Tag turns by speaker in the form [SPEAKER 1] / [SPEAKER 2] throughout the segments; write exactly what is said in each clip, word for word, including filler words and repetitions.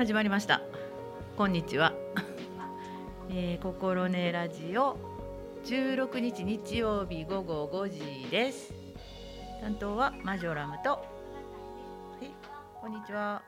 [SPEAKER 1] 始まりました。こんにちは、えー、心根ラジオじゅうろくにち日曜日ごごごじです。担当はマジョラムと、はい、こんにちは。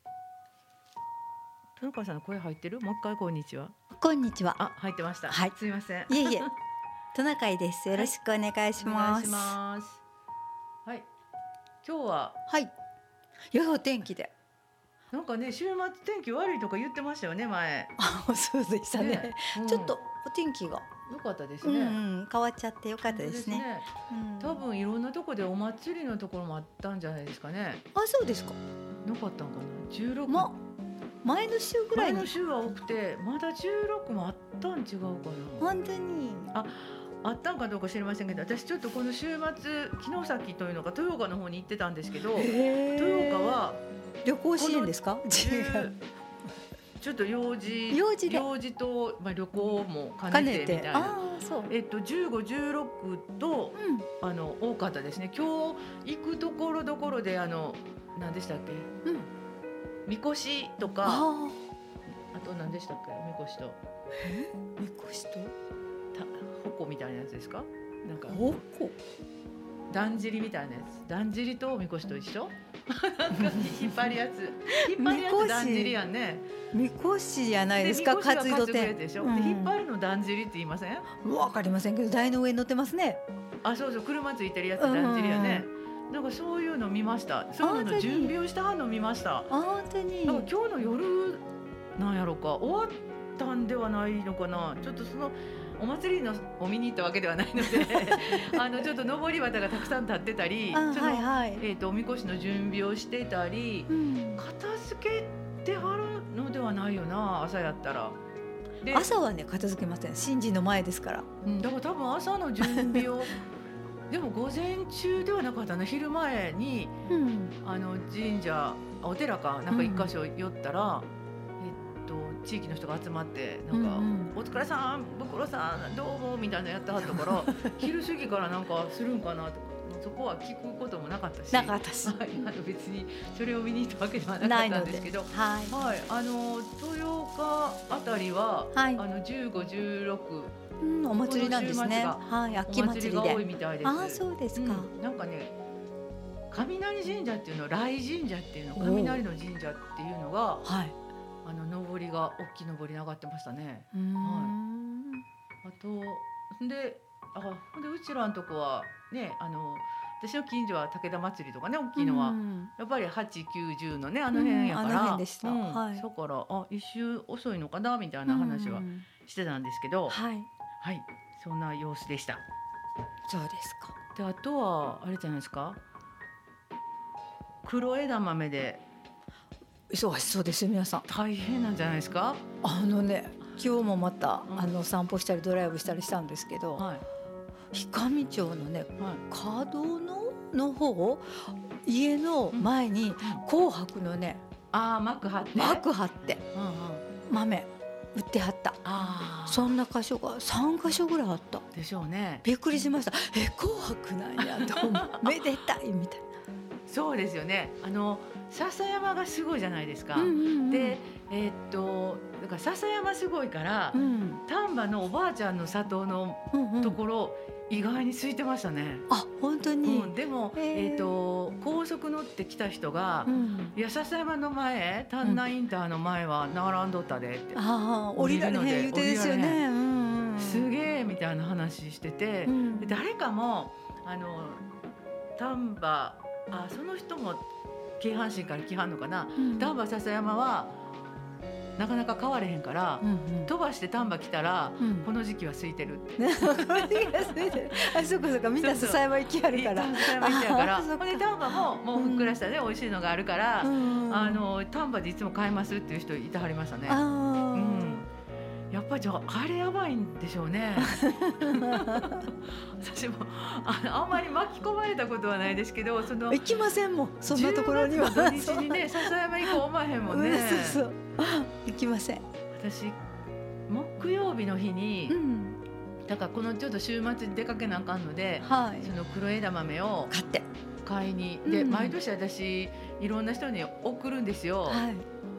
[SPEAKER 1] 豊川さんの声入ってる？もう一回こんにちは。
[SPEAKER 2] こんにちは。
[SPEAKER 1] あ、入ってました。
[SPEAKER 2] はい、
[SPEAKER 1] すいません。
[SPEAKER 2] いえいえ、トナカイです。よろしくお願いします。
[SPEAKER 1] はい、お願いします。はい、今日は
[SPEAKER 2] はい、良いお天気で。
[SPEAKER 1] なんかね、週末天気悪いとか言ってましたよね、前。
[SPEAKER 2] あ、そうでしたね。ね、うん、ちょっとお天気が
[SPEAKER 1] 良かったですね、
[SPEAKER 2] うんうん、変わっちゃって良かったですね。
[SPEAKER 1] ですね、うん、多分いろんなとこでお祭りのところもあったんじゃないですかね。
[SPEAKER 2] あ、そうですか。
[SPEAKER 1] なかったんかな。じゅうろく、
[SPEAKER 2] ま、前の週ぐらいに。
[SPEAKER 1] 前の週は多くて、まだじゅうろくもあったん違うかな。
[SPEAKER 2] 本当に。
[SPEAKER 1] あ、あったんかどうか知りませんけど、私ちょっとこの週末城崎というのが豊岡の方に行ってたんですけど、豊岡は
[SPEAKER 2] 旅行支援ですか？違う。
[SPEAKER 1] ちょっと用事
[SPEAKER 2] 用事で
[SPEAKER 1] 用事と、まあ、旅行も兼ねてみたいな。
[SPEAKER 2] あ、そう。
[SPEAKER 1] えっとじゅうご、じゅうろくと、うん、あの多かったですね。今日行くところどころであの何でしたっけ？うん、みこしとか、あ, あと何でしたっけ？みこしと。
[SPEAKER 2] え？みこしと？
[SPEAKER 1] た矛みたいなやつですか？なんか。
[SPEAKER 2] 矛？
[SPEAKER 1] だんじりみたいなやつ。だんじりとみこしと一緒？引っ張るやつ。引っ張るやつだんじりやんね。
[SPEAKER 2] みこしじゃないですか。担いどて。
[SPEAKER 1] でしょ。うん、で引っ張るのだんじりって言いません？
[SPEAKER 2] わかりませんけど、台の上に乗ってますね。
[SPEAKER 1] あ、そうそう、車ついてるやつだんじりやね。なんかそういうの見ました。そういうの準備をしたの見ました。
[SPEAKER 2] あ、本当に。
[SPEAKER 1] なんか今日の夜なんやろか、終わったんではないのかな。ちょっとそのお祭りのを見に行ったわけではないのであのちょっと上り旗がたくさん立ってたり、その、はいはい、えーと、おみこしの準備をしてたり、うん、片付けてはるのではないよな、朝やったら。
[SPEAKER 2] で、朝はね片付けません。神事の前ですから、
[SPEAKER 1] うん、だから多分朝の準備をでも午前中ではなかったな。昼前に、うん、あの神社、お寺かなんか一箇所寄ったら、うん、地域の人が集まってなんか、うんうん、お疲れさん、ぶくろさんどうもみたいなやってはったから昼過ぎからなんかするんかなとか、そこは聞くこともなかったし、
[SPEAKER 2] なかったし、
[SPEAKER 1] はい、あの別にそれを見に行ったわけではなかったんですけど、
[SPEAKER 2] はい
[SPEAKER 1] はい、あの豊岡あたりは、はい、あのじゅうご、じゅうろく、
[SPEAKER 2] うん、お祭りなんですね。はい、秋祭りで。
[SPEAKER 1] お祭りが多いみたいです。
[SPEAKER 2] あ、そうですか。
[SPEAKER 1] うん、なんかね、雷神社っていうの、雷神社っていうの、雷の神社っていうのが、はい、あの上りが大きい上りに上がってましたね。はい、あとで、あ、ほんでうちらのとこはね、あの私の近所は武田祭りとかね、大きいのは、うん、やっぱりはち、きゅう、じゅうのね、あの辺やから、うん、あの
[SPEAKER 2] 辺でした。うん、はい、
[SPEAKER 1] だからあ一周遅いのかなみたいな話はしてたんですけど、うん、はい、はい、そんな様子でした。
[SPEAKER 2] そうですか。
[SPEAKER 1] で、あとはあれじゃないですか、黒枝豆で
[SPEAKER 2] 忙しそうですよ皆さん。
[SPEAKER 1] 大変なんじゃないですか。
[SPEAKER 2] あのね、今日もまた、うん、あの散歩したりドライブしたりしたんですけど、はい、氷上町のね、はい、角のの方、家の前に紅白のね、
[SPEAKER 1] うん、あ、幕張って
[SPEAKER 2] 幕張って、うんうん、豆売ってはった。あ、そんな箇所がさんかしょぐらいあった
[SPEAKER 1] でしょうね。
[SPEAKER 2] びっくりしました。え、紅白なんやと思うめでたいみたいな。
[SPEAKER 1] そうですよね。あの笹山がすごいじゃないですか。うんうんうん、で、えー、っとだから笹山すごいから、うん、丹波のおばあちゃんの里のところ、うんうん、意外に空いてましたね。
[SPEAKER 2] あ、本当に。
[SPEAKER 1] うん、でも、えー、っと高速乗ってきた人が、うん、いや笹山の前、丹南インターの前は並んどったでって、うん、
[SPEAKER 2] あ、降りられへん言うてですよね。うんうん、
[SPEAKER 1] すげえみたいな話してて、うん、で誰かもあの丹波、あ、その人も京阪神から来はんのかな、うん、丹波篠山はなかなか変われへんから、うんうん、飛ばして丹波来たら、うん、この時期は空いてるって
[SPEAKER 2] あ、そうかそうか、みんな篠山行きやるから、
[SPEAKER 1] 篠山行きやから、ほんで丹波ももうふっくらしたね、うん、美味しいのがあるから、うん、あの丹波でいつも買えますっていう人いてはりましたね。あ、うん、やっぱりじゃああれやばいんでしょうね私も あ, あんまり巻き込まれたことはないですけど、その
[SPEAKER 2] 行きませんもん、そんなところには。
[SPEAKER 1] じゅうがつの土日にね、笹山行こう思わへんもんね。
[SPEAKER 2] そうそう、行きません。
[SPEAKER 1] 私木曜日の日に、うん、だからこのちょっと週末に出かけなあかんので、はい、その黒枝豆を買って買いに、で、うん、毎年私いろんな人に送るんですよ。はい、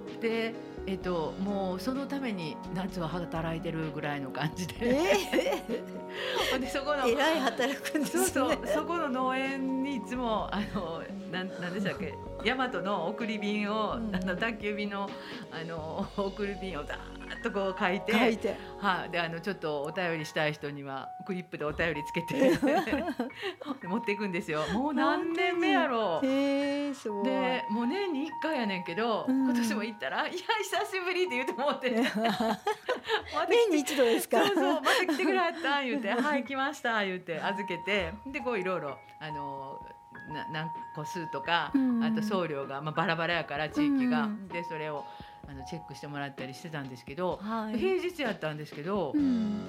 [SPEAKER 1] でえっと、もうそのために夏は働いてるぐらいの感じで、
[SPEAKER 2] え
[SPEAKER 1] ー、でそこの
[SPEAKER 2] えらい働くんですね。
[SPEAKER 1] そうそう、そこの農園にいつもあのなんなんでしたっけ、大和の送り便を、うん、あの宅急便のあの送り便をダーッとこう書いて、
[SPEAKER 2] 書いて、
[SPEAKER 1] はい、であのちょっとお便りしたい人にはクリップでお便りつけて持っていくんですよ。もう何年目やろう。
[SPEAKER 2] へー、すごい。
[SPEAKER 1] でもう年にいっかいやねんけど、うん、今年も行ったら「いや久しぶり」って言うと思って
[SPEAKER 2] 年に一度ですか。
[SPEAKER 1] そうそう、また来てくれはった言うて「はい来ました」言うて預けて、でこういろいろあのな何個数とか、うん、あと送料が、まあ、バラバラやから地域が、うん、でそれをあのチェックしてもらったりしてたんですけど、はい、平日やったんですけど、うん、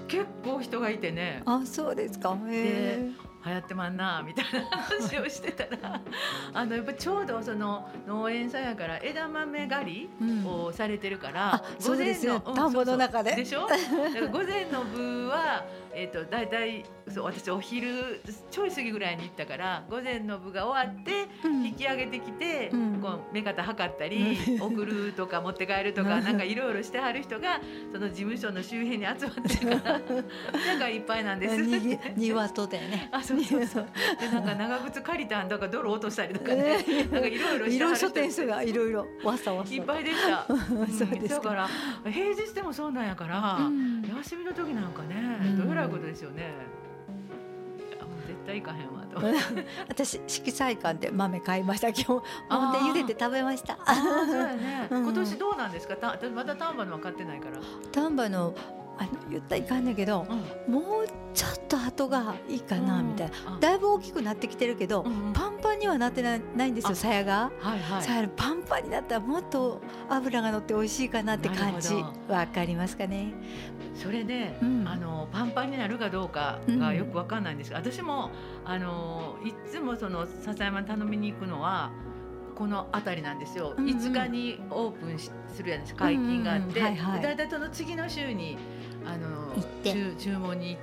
[SPEAKER 1] 結構人がいてね。
[SPEAKER 2] あ、そうですか。へ
[SPEAKER 1] ー、流行ってまんなみたいな話をしてたらあのやっぱちょうどその農園さんやから枝豆狩りをされてるから、
[SPEAKER 2] うん、午前の田んぼの中で
[SPEAKER 1] でしょ。だから午前の部はえーとだいたいそう私お昼ちょい過ぎぐらいに行ったから午前の部が終わって引き上げてきて、うん、こう目方測ったり、うん、送るとか持って帰るとかなんかいろいろしてはる人がその事務所の周辺に集まってるからなんかいっぱいなんです
[SPEAKER 2] に庭とでね。
[SPEAKER 1] あ、そうそうそう。でなんか長靴借りたんだから泥落としたりとかね、なんかいろいろしてはる人
[SPEAKER 2] 書店数がいろいろわさわさ
[SPEAKER 1] いっぱいでした。うん、そうですか。だから平日でもそうなんやから、うん、休みの時なんかね、うん、どういうことですよね。絶対行かへんわと
[SPEAKER 2] 私色彩館で豆買いました今日。ほんで茹でて食べました。
[SPEAKER 1] あ、そうやね、うん、今年どうなんですか。たまだ丹波のは買ってないから。
[SPEAKER 2] 丹波のあの言ったらいかんねんけど、うん、もうちょっと後がいいかなみたいな、うん、だいぶ大きくなってきてるけど、うん、パンパンにはなってな い, ないんですよ鞘が、はいはい、鞘パンパンになったらもっと脂が乗って美味しいかなって感じ。わかりますかね。
[SPEAKER 1] それで、うん、あのパンパンになるかどうかがよくわかんないんですが、うん、私もあのいつもその笹山に頼みに行くのはこの辺りなんですよ、うんうん、いつかにオープンするやつ解禁があって、だいたいその次の週にあの注, 注文に行って、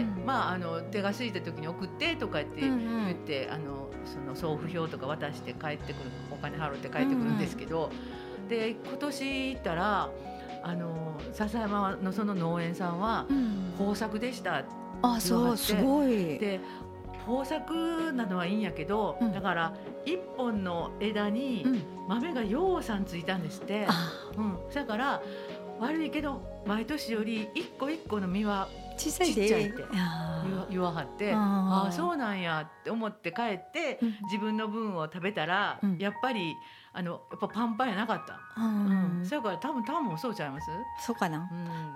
[SPEAKER 1] うん、まあ、あの手が空いた時に送ってとか言って、うんうん、言ってあのその送付票とか渡して帰ってくる、お金払って帰ってくるんですけど、うんうん、で今年行ったらあの笹山のその農園さんは豊作でしたって言われて、
[SPEAKER 2] うん、あ、そうすごい。
[SPEAKER 1] で豊作なのはいいんやけど、うん、だから一本の枝に豆がようさんついたんですって、うん、だから悪いけど毎年より一個一個の実はちっちゃいって言わはって、ああそうなんやって思って帰って、うん、自分の分を食べたら、うん、やっぱりあのやっぱパンパンやなかった、うんうん、だから多分タンもそうちゃいます。
[SPEAKER 2] そうかな、
[SPEAKER 1] うん、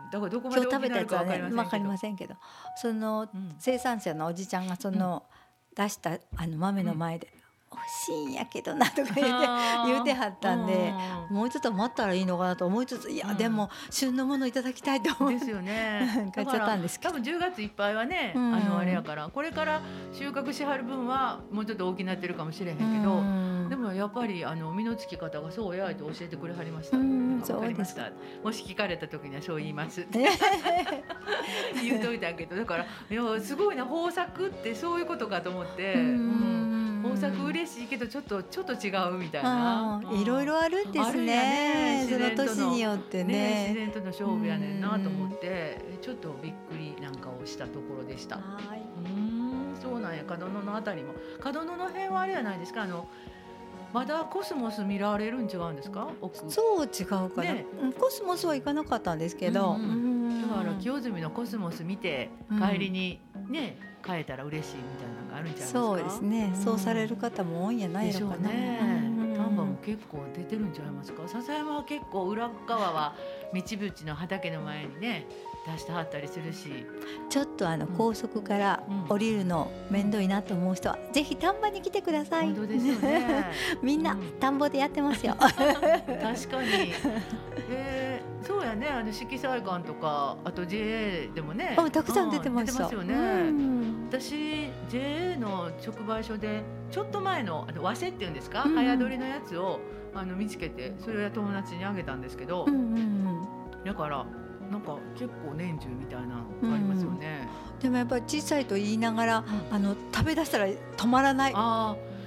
[SPEAKER 1] だからどこまで大きくなるか分かりませんけど、
[SPEAKER 2] 分かりませんけど、その生産者のおじちゃんがその出したあの豆の前で、うん、美味しいんやけどなとか言って言うてはったんで、もうちょっと待ったらいいのかなと思いつつ、いや、うん、でも旬のものいただきたいと思って
[SPEAKER 1] ですよね。
[SPEAKER 2] 買っちゃったんですけど、
[SPEAKER 1] 多分じゅうがついっぱいはね、うん、あのあれやからこれから収穫しはる分はもうちょっと大きくなってるかもしれへんけど、うん、でもやっぱりあの実のつき方がそうやと教えてくれはりました。うん、分かりました。もし聞かれた時にはそう言いますって言うといたけど、だからいやすごいな、豊作ってそういうことかと思って、うん、豊作嬉しいけどちょっとちょっと違うみたいな、
[SPEAKER 2] いろいろあるんですね、その年によってね、
[SPEAKER 1] ね、自然との勝負やねんなと思ってちょっとびっくりなんかをしたところでした。はい、うーん、そうなんや。門野のあたりも、門野の辺はあれじゃないですか、あのまだコスモス見られるん違うんですか。奥
[SPEAKER 2] そう違うかな、ね、コスモスは行かなかったんですけど、うんうん、
[SPEAKER 1] だから清澄のコスモス見て帰りにね、うん、帰ったら嬉しいみたいなのがあるんじゃないですか。
[SPEAKER 2] そうですね、うん、そうされる方も多いんやないのかな。
[SPEAKER 1] 丹波も結構出てるんじゃないますか。笹山は結構裏側は道淵の畑の前にね出してはったりするし、
[SPEAKER 2] ちょっとあの高速から降りるの面倒いなと思う人は、うん、ぜひ丹波に来てください。
[SPEAKER 1] 本当ですよね
[SPEAKER 2] みんな、うん、田んぼでやってますよ
[SPEAKER 1] 確かに、えー、そうやね、あの色彩館とかあと ジェーエー でもね、
[SPEAKER 2] たくさん出てました。
[SPEAKER 1] 出てますよね、うん、私 ジェーエー の直売所でちょっと前のあの和製っていうんですか、うん、早取りのやつをあの見つけて、それを友達にあげたんですけど、うんうんうん、だからなんか結構年中みたいなのありますよね、
[SPEAKER 2] うん、でもやっぱり小さいと言いながら、うん、あの食べ出したら止まらない。
[SPEAKER 1] あ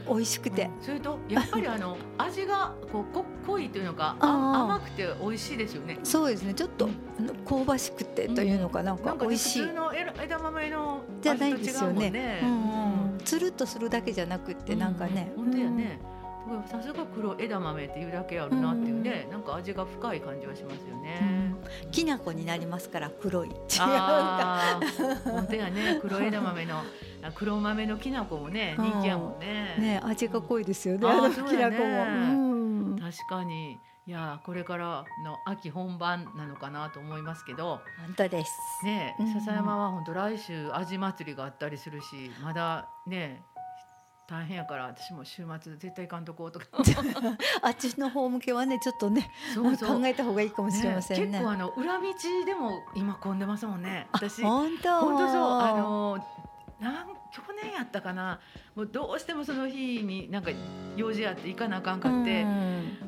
[SPEAKER 2] 美味しくて、
[SPEAKER 1] うん、それとやっぱりあの味がこうこ濃いというのか甘くて美味しいですよね。
[SPEAKER 2] そうですね、ちょっと、うん、香ばしくてというのか、なんか美味しい、
[SPEAKER 1] うん、なんか普通の枝豆の
[SPEAKER 2] じゃないですよね。
[SPEAKER 1] ね、
[SPEAKER 2] うんうん、つるっとするだけじゃなくってなんかね、
[SPEAKER 1] うん、本当やね、さすが黒枝豆っていうだけあるなっていうね、うん、なんか味が深い感じはしますよね、
[SPEAKER 2] うん、きな粉になりますから黒い、違う
[SPEAKER 1] か本当やね、黒枝豆の黒豆のきな粉もね人気やもんね、
[SPEAKER 2] うん、ね、味が濃いですよね、あのきな粉も、うん、
[SPEAKER 1] 確かに。いやこれからの秋本番なのかなと思いますけど、
[SPEAKER 2] 本当です
[SPEAKER 1] ね、笹山は本当来週味祭りがあったりするし、まだね大変やから、私も週末絶対監督をとか
[SPEAKER 2] あっちの方向けはねちょっとね、そうそう考えた方がいいかもしれませんね。
[SPEAKER 1] ね、結構あの裏道でも今混んでますもんね。私
[SPEAKER 2] 本当
[SPEAKER 1] 本当そう、あのなん去年やったかな、もうどうしてもその日になんか用事あって行かなあかんかって、うん、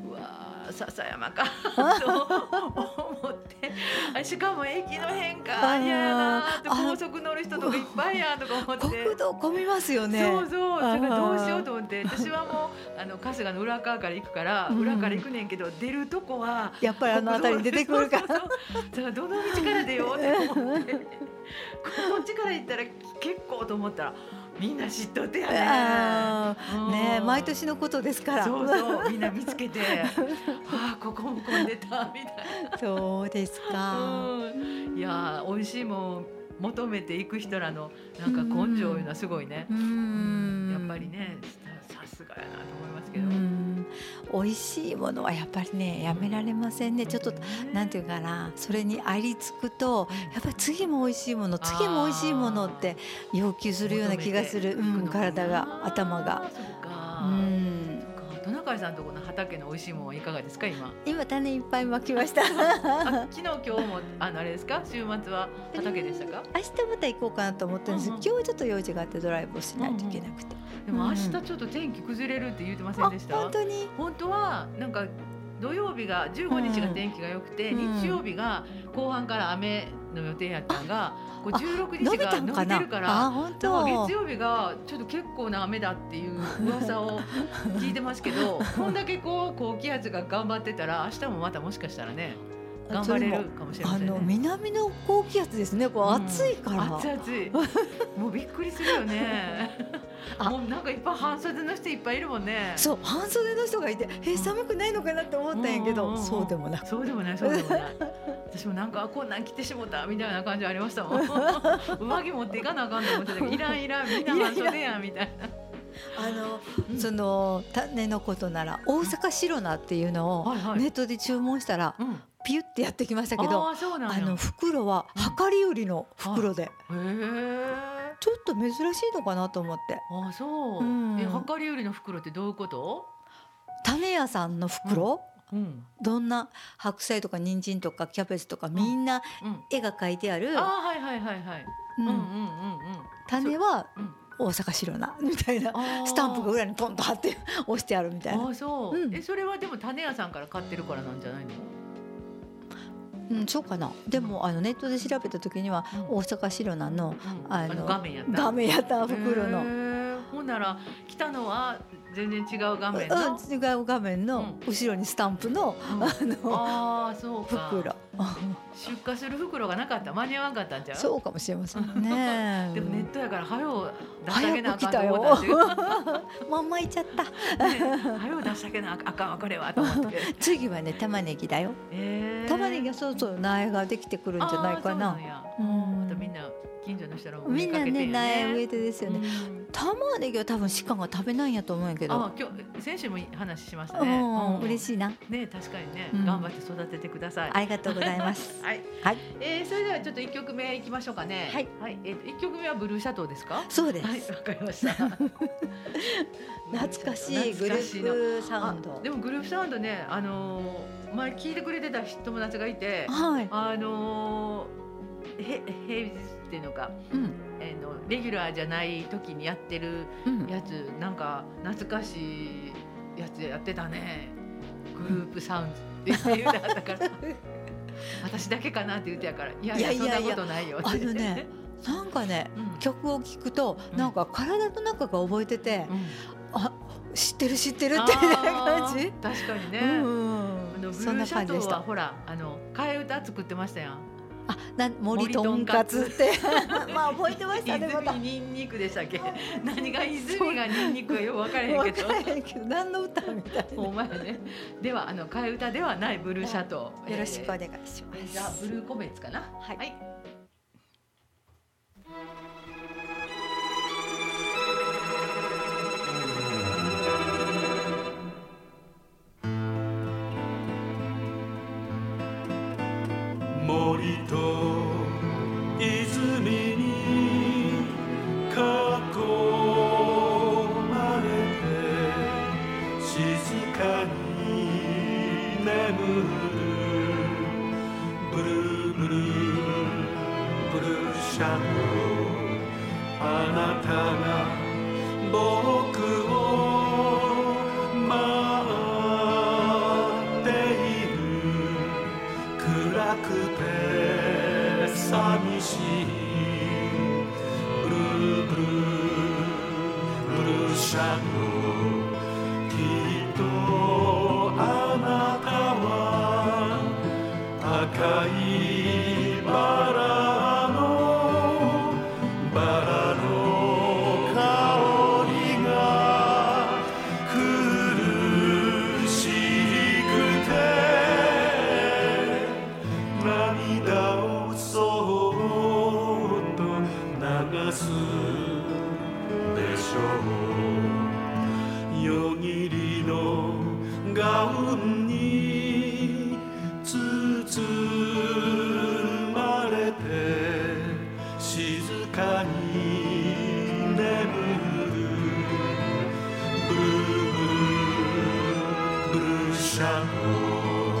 [SPEAKER 1] うわ笹山かと思ってしかも駅の変か嫌やなって、高速乗る人とかいっぱいやとか思って、
[SPEAKER 2] 国道混みますよね。
[SPEAKER 1] そうそう、それからどうしようと思って、私はもうあの春日の裏側から行くから、うん、裏から行くねんけど出るとこは
[SPEAKER 2] やっぱりあの辺りに出てくるから
[SPEAKER 1] そうそうそう、どの道から出ようって思ってこっちから行ったら結構と思ったらみんな知っとってやね、
[SPEAKER 2] あ、ね、毎年のことですから、
[SPEAKER 1] そうそう、みんな見つけてああここも混んでたみたいな。
[SPEAKER 2] そうですか、
[SPEAKER 1] うん、いや美味しいもん求めていく人らのなんか根性いうのはすごいね、うん、やっぱりねさすがやなと思いますけど、うん、
[SPEAKER 2] 美味しいものはやっぱりねやめられませんね。ちょっとなんていうかな、それにありつくとやっぱり次も美味しいもの、次も美味しいものって要求するような気がする、うん、体が頭が。
[SPEAKER 1] そうか、
[SPEAKER 2] うん、
[SPEAKER 1] トナカイさんとこの畑の美味しいものはいかがですか今？
[SPEAKER 2] 今種いっぱいまきました
[SPEAKER 1] 昨日今日もあのあれですか、週末は畑でしたか？
[SPEAKER 2] 明日また行こうかなと思ってるんです、うんうん、今日はちょっと用事があってドライブをしないといけなくて、
[SPEAKER 1] うんうん、でも明日ちょっと天気崩れるって言ってませんでした？
[SPEAKER 2] 本当に？
[SPEAKER 1] 本当はなんか土曜日がじゅうごにちが天気が良くて、うん、日曜日が後半から雨の予定やったのが、こうじゅうろくにちが伸びてるから、なんか月曜日がちょっと結構な雨だっていう噂を聞いてますけどこんだけこう高気圧が頑張ってたら明日もまたもしかしたらね頑張れるかもしれませんね。
[SPEAKER 2] あの南の高気圧ですね、こう暑いから、
[SPEAKER 1] うん、暑い暑いもうびっくりするよねもうなんかいっぱい半袖の人いっぱいいるもんね。
[SPEAKER 2] そう、半袖の人がいて、え寒くないのかなって思ったんやけど、うんうんうん、そうでもない
[SPEAKER 1] そうでもないそうでもない私もなんかこんなん着てしもたみたいな感じありましたもん上着持っていかなあかんと思ってたけどいらんいらんみんな半袖やんみたいな
[SPEAKER 2] あの、うん、その種のことなら大阪白菜っていうのをネットで注文したら、うん、ピュッてやってきましたけど、ああの袋は量り売りの袋で、うん、へちょっと珍しいのかなと思って。
[SPEAKER 1] ああそう、うん、え量り売りの袋ってどういうこと？
[SPEAKER 2] 種屋さんの袋、うんうん、どんな白菜とか人参とかキャベツとかみんな絵が描いてある、うん、
[SPEAKER 1] あはいはいはいはい
[SPEAKER 2] 種は大阪白菜みたいなスタンプが裏にポンと貼って押してあるみたいな。
[SPEAKER 1] あそう、うん、えそれはでも種屋さんから買ってるからなんじゃないの？
[SPEAKER 2] うん、そうかな。でもあのネットで調べた時には大阪白菜の、
[SPEAKER 1] うん、あの画面やった
[SPEAKER 2] 画面やった袋の、
[SPEAKER 1] ほんなら来たのは全然違う画面の、
[SPEAKER 2] うん、違う画面の後ろにスタンプの、うん、あの
[SPEAKER 1] あそうか
[SPEAKER 2] 袋
[SPEAKER 1] 出荷する袋がなかった、間に合わんかったんちゃう？
[SPEAKER 2] そうかもしれませんね
[SPEAKER 1] でもネットやから早う出し上げなあかんと思ったんですよ
[SPEAKER 2] まんまいっちゃった、
[SPEAKER 1] ね、早う出し上げなあかんわこれはと思って
[SPEAKER 2] 次はね玉ねぎだよ、えー、玉ねぎがそうそう苗ができてくるんじゃないかな。
[SPEAKER 1] うん、またみんな近所の人らも植えかけて、ね、
[SPEAKER 2] みんなね苗植えてですよね、うん、玉ねぎは多分鹿が食べないんやと思うんやけど、
[SPEAKER 1] あ今日先週も話しましたね、う
[SPEAKER 2] んうん、嬉しいな
[SPEAKER 1] ね、確かにね、うん、頑張って育ててください。
[SPEAKER 2] ありがとうございます
[SPEAKER 1] はい、はい、えー、それではちょっといっきょくめいきましょうかね。はい、はい、えー、いっきょくめはブルーシャトーですか？
[SPEAKER 2] そうです。
[SPEAKER 1] はい、わかりました
[SPEAKER 2] 懐かしいグループサウンド。
[SPEAKER 1] でもグループサウンドね、あのー、前聞いてくれてた友達がいて、
[SPEAKER 2] はい、
[SPEAKER 1] あのー、へ平日っていうのか、うん、えー、のレギュラーじゃない時にやってるやつ、うん、なんか懐かしいやつやってたね、グループサウンドって言うてあったから私だけかなって言ってやから、いやいやそんなことないよって。
[SPEAKER 2] あのねなんかね、うん、曲を聴くとなんか体の中が覚えてて、うん、あ知ってる知ってるっていう感じ。
[SPEAKER 1] 確かにね、
[SPEAKER 2] うん、
[SPEAKER 1] あのブルーシャトーはほらあの替え歌作ってましたやん。
[SPEAKER 2] あ、な森とんかつってまあ覚えてましたね。また
[SPEAKER 1] 泉にんにくでしたっけ何が泉がにんにくかよく分からへんけど
[SPEAKER 2] 分からへんけど何の歌みたいな。
[SPEAKER 1] お前ね。ではあの替え歌ではないブルーシャト
[SPEAKER 2] ー、よろしくお願いします。
[SPEAKER 1] えー、じゃあブルーコメツかな。
[SPEAKER 2] はい、はい。
[SPEAKER 3] 森と泉に囲まれて静かに眠るブルーブルーブルーシャドウ、あなたが僕を待っている。暗くて寂しいブルーブルーブルーシャドウ、きっとあなたは赤いバラのバラの香りが苦しくて涙をそっと流すでしょう。夜霧のガウンに包まれて静かに眠るブルーブルーブルーシャドウ。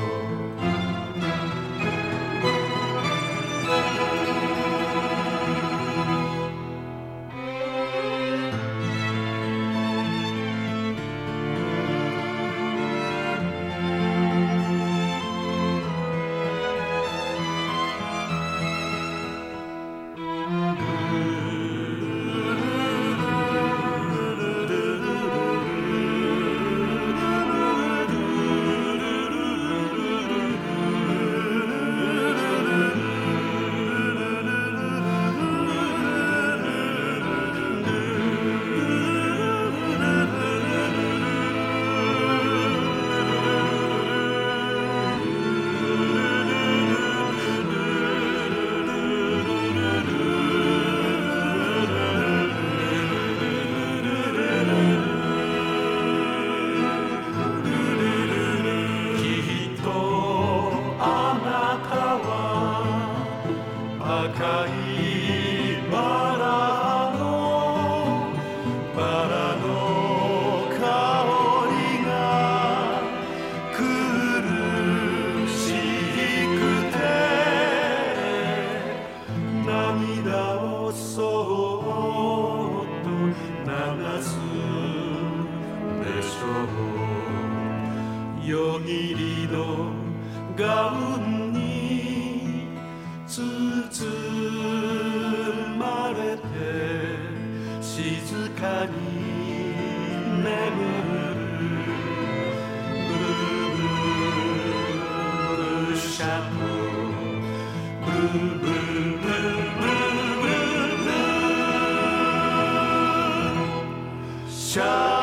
[SPEAKER 3] 赤いバラのバラの香りが苦しくて涙をそっと流すでしょう。夜霧のガウンに包まれて静かに眠るブルーブルーブルーシャドウ、ブルーブルーブルーブルーブルーブルーシャドウ。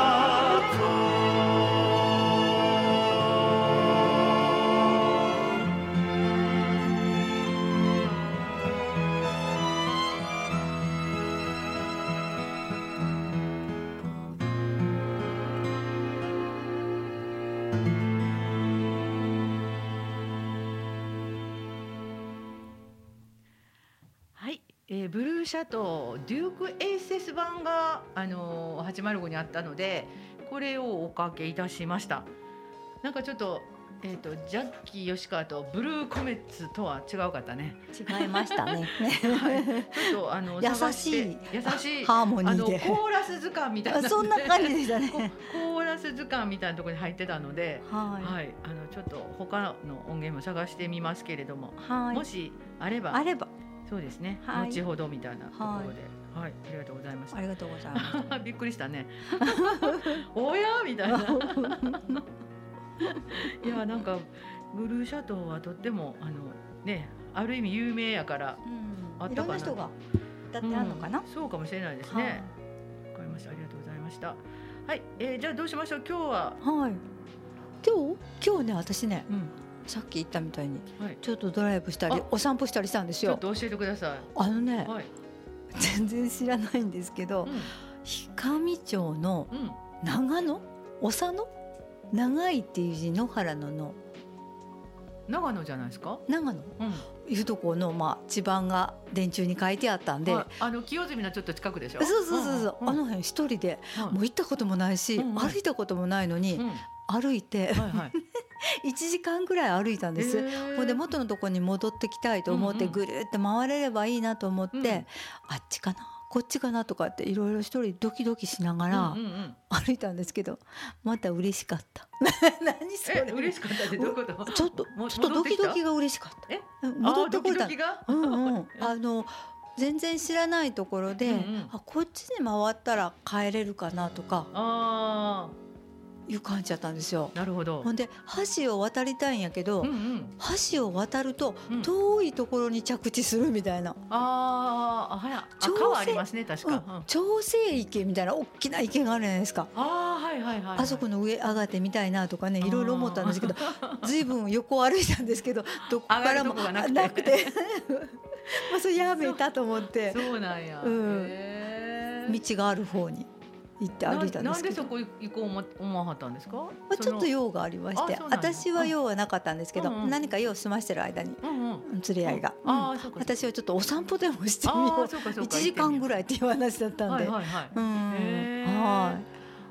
[SPEAKER 1] えー、ブルーシャトーデュークエイセス版が、あのー、はちまるごにあったのでこれをおかけいたしました。なんかちょっと、えーと、ジャッキー吉川とブルーコメッツとは違うかったね。
[SPEAKER 2] 違いましたね、
[SPEAKER 1] はい、ちょっとあの
[SPEAKER 2] 優しい
[SPEAKER 1] 優しい
[SPEAKER 2] ハーモニーで
[SPEAKER 1] あのコーラス図鑑みたいな
[SPEAKER 2] そんな感じでしたね。
[SPEAKER 1] コーラス図鑑みたいなところに入ってたので、
[SPEAKER 2] はい、
[SPEAKER 1] はい、あのちょっと他の音源も探してみますけれども、
[SPEAKER 2] はい、
[SPEAKER 1] もしあれば
[SPEAKER 2] あれば
[SPEAKER 1] そうですね、
[SPEAKER 2] はい、
[SPEAKER 1] 後ほどみたいなところで、
[SPEAKER 2] はい
[SPEAKER 1] はい、ありがとうございました。
[SPEAKER 2] ありがとうございます。
[SPEAKER 1] びっくりしたね。おやみたいな。いやなんかブルーシャトーはとってもあのねある意味有名やから、
[SPEAKER 2] うん、あったかな。いろんな人が歌ってあるのかな、
[SPEAKER 1] うん、そうかもしれないですね。わかりました。ありがとうございました。はい、えー、じゃあどうしましょう。今日は。
[SPEAKER 2] はい。今日今日ね私ね、うん、さっき言ったみたいに、はい、ちょっとドライブしたりお散歩したりしたんですよ。
[SPEAKER 1] ちょっと教えてください。
[SPEAKER 2] あのね、
[SPEAKER 1] はい、
[SPEAKER 2] 全然知らないんですけど、うん、氷上町の長野、おさの長いっていう字、野原のの
[SPEAKER 1] 長野じゃないですか。
[SPEAKER 2] 長野、うん、いうとこの、まあ、地盤が電柱に書いてあったんで、
[SPEAKER 1] はい、あの清澄のちょっと近くでしょ。
[SPEAKER 2] そうそうそうそう、うん、あの辺一人で、うん、もう行ったこともないし、うん、歩いたこともないのに、うん、歩いて、はいはい、いちじかんぐらい歩いたんです。ほんで元のところに戻ってきたいと思ってぐるって回れればいいなと思って、うんうん、あっちかなこっちかなとかっていろいろ一人ドキドキしながら歩いたんですけど、また嬉しかった。何それ。
[SPEAKER 1] 嬉しかったってどういうこと？
[SPEAKER 2] ちょっとちょっとドキドキが嬉しかった。
[SPEAKER 1] え？
[SPEAKER 2] 戻ってこれた。
[SPEAKER 1] ドキドキが？
[SPEAKER 2] うんうん。あの全然知らないところで、うんうん、あこっちに回ったら帰れるかなとか。ああ。いう感じだったんですよ。
[SPEAKER 1] なるほど。
[SPEAKER 2] ほんで橋を渡りたいんやけど、うんうん、橋を渡ると遠いところに着地するみたいな、うん、
[SPEAKER 1] ああ、はや、川ありますね確か、うん、
[SPEAKER 2] 長生池みたいな大きな池があるじゃないですか。
[SPEAKER 1] ああ、はいはいはい、はい、
[SPEAKER 2] あそこの上上がってみたいなとかね、いろいろ思ったんですけど、ずいぶん横歩いたんですけどどこからもなくて、なくてまあそれやめたと思って。
[SPEAKER 1] そうなんや、うん、へ
[SPEAKER 2] 道がある方に行って歩いたんですけど、
[SPEAKER 1] なんでそこ行こう思思わはったんですか。
[SPEAKER 2] まあ、ちょっと用がありまして、私は用はなかったんですけど、うんうん、何か用を済ましてる間に、うんうん、連れ合いが、うん、あ、そうか、私はちょっとお散歩でもしてみよう、いちじかんぐらいっていう話だったんで、はいはいはい、うん、
[SPEAKER 1] はい、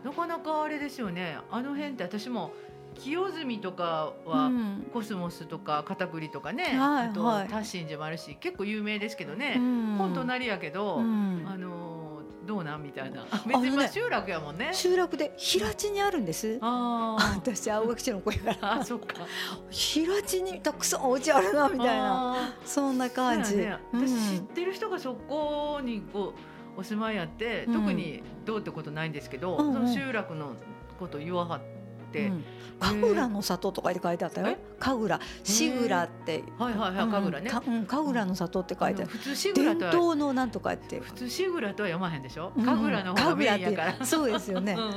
[SPEAKER 1] なかなかあれですよね。あの辺って私も清澄とかは、うん、コスモスとか片栗とかね、はい、あとタッシン寺もあるし結構有名ですけどね、うん、ほんと隣やけど、うん、あのどうなんみたいな。別にまあ集落やもんね。
[SPEAKER 2] 集落で平地にあるんです。あ私青垣市の子やから
[SPEAKER 1] あ、そっか、
[SPEAKER 2] 平地にたくさんお家あるなみたいな、そんな感じ、ね、
[SPEAKER 1] 私知ってる人がそこにこうお住まいやって、うん、特にどうってことないんですけど、うんうん、その集落のこと言わはって、うん、
[SPEAKER 2] 神楽の里とかで書いてあったよ。神楽、しぐらって、
[SPEAKER 1] はいはいはい、神楽ね、
[SPEAKER 2] うん、神楽の里って書いてある。
[SPEAKER 1] 普通しぐらとは
[SPEAKER 2] 伝統のなんとかって、
[SPEAKER 1] 普通しぐらとは読まへんでしょ。神楽の方がメインやから。
[SPEAKER 2] そうですよね。うんうん、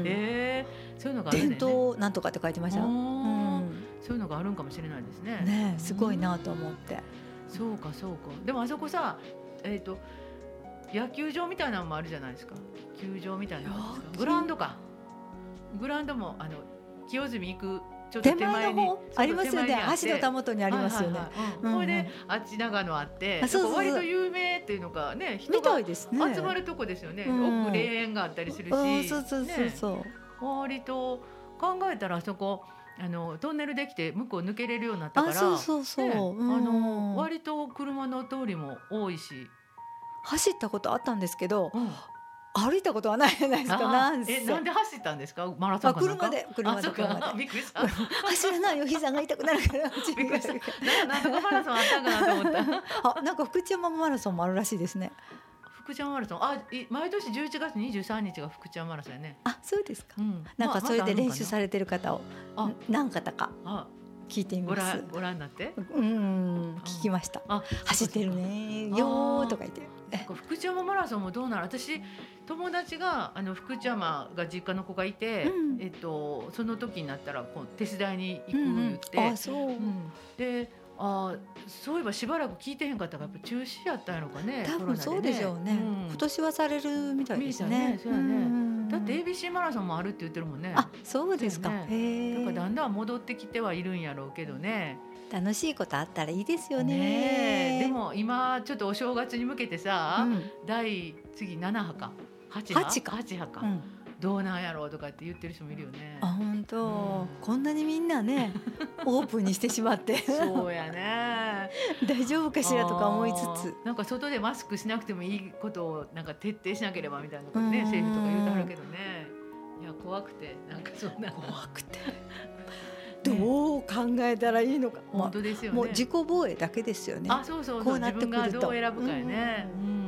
[SPEAKER 1] えー、そういうのがあるね。
[SPEAKER 2] 伝統なんとかって書いてました。うん、
[SPEAKER 1] そういうのがあるんかもしれないですね。
[SPEAKER 2] ね、すごいなと思って。
[SPEAKER 1] そうかそうか。でもあそこさ、えっと野球場みたいなのもあるじゃないですか。球場みたいなのグラウンドか。グラウンドもあの清澄行くちょっと手前に
[SPEAKER 2] ありますよね。橋のたもとにありますよね。
[SPEAKER 1] これであっち長野あって、割と有名っていうのがね、人が集まるとこですよね。奥霊園があったりするし、
[SPEAKER 2] そうそうそうそう。
[SPEAKER 1] 割と考えたらあそこあのトンネルできて向こう抜けれるようになったから、
[SPEAKER 2] そうそうそう。
[SPEAKER 1] あの割と車の通りも多いし、
[SPEAKER 2] 走ったことあったんですけど。歩いたことはないじゃないですか。なん
[SPEAKER 1] え、なんで走ったんですか。マラソンかなんか。
[SPEAKER 2] 車で、車で、車で。
[SPEAKER 1] びっくりした。
[SPEAKER 2] 走らないよ、膝が痛くなるから。
[SPEAKER 1] びっくりした。なんとかマラソンあったんかなと思った。
[SPEAKER 2] あ、なんか福知山マラソンもあるらしいですね。
[SPEAKER 1] 福知山マラソン、あ、毎年じゅういちがつにじゅうさんにちが福知山マラソンやね。
[SPEAKER 2] あ、そうですか。うん、なんかそれで練習されてる方を何方か聞いてみます。
[SPEAKER 1] ご覧になって。
[SPEAKER 2] うん、聞きました。あ、走ってるねよとか言って。
[SPEAKER 1] 福知山マラソンもどうなる。私友達があの福知山が実家の子がいて、うん、えっとその時になったらこう手伝いに行く言って、うんうん、あそう、うん、で、あそういえばしばらく聞いてへんかったからやっぱ中止やったんやろかね。
[SPEAKER 2] 多分そうでしょうね、うん、今年はされるみたいですね。
[SPEAKER 1] そうやね、うん、だって エービーシー マラソンもあるって言ってるもんね。
[SPEAKER 2] あ、そうですか、ね、へ
[SPEAKER 1] だからだんだん戻ってきてはいるんやろうけどね。
[SPEAKER 2] 楽しいことあったらいいですよね。
[SPEAKER 1] ね、でも今ちょっとお正月に向けてさ、うん、第次ななはかはちはかはちはか、うん、どうなんやろうとかって言ってる人もいるよね。
[SPEAKER 2] あ、本当、うん、こんなにみんなねオープンにしてしまって
[SPEAKER 1] そうやね
[SPEAKER 2] 大丈夫かしらとか思いつつ、
[SPEAKER 1] なんか外でマスクしなくてもいいことをなんか徹底しなければみたいなことね、政府とか言うてはるけどね。いや怖くて、なんかそんな
[SPEAKER 2] 怖くてどう考えたらいいのか、
[SPEAKER 1] 本当ですよね。
[SPEAKER 2] もう自己防衛だけですよね。
[SPEAKER 1] あ、そうそうそう、自分がどう選ぶかよね。うんうん、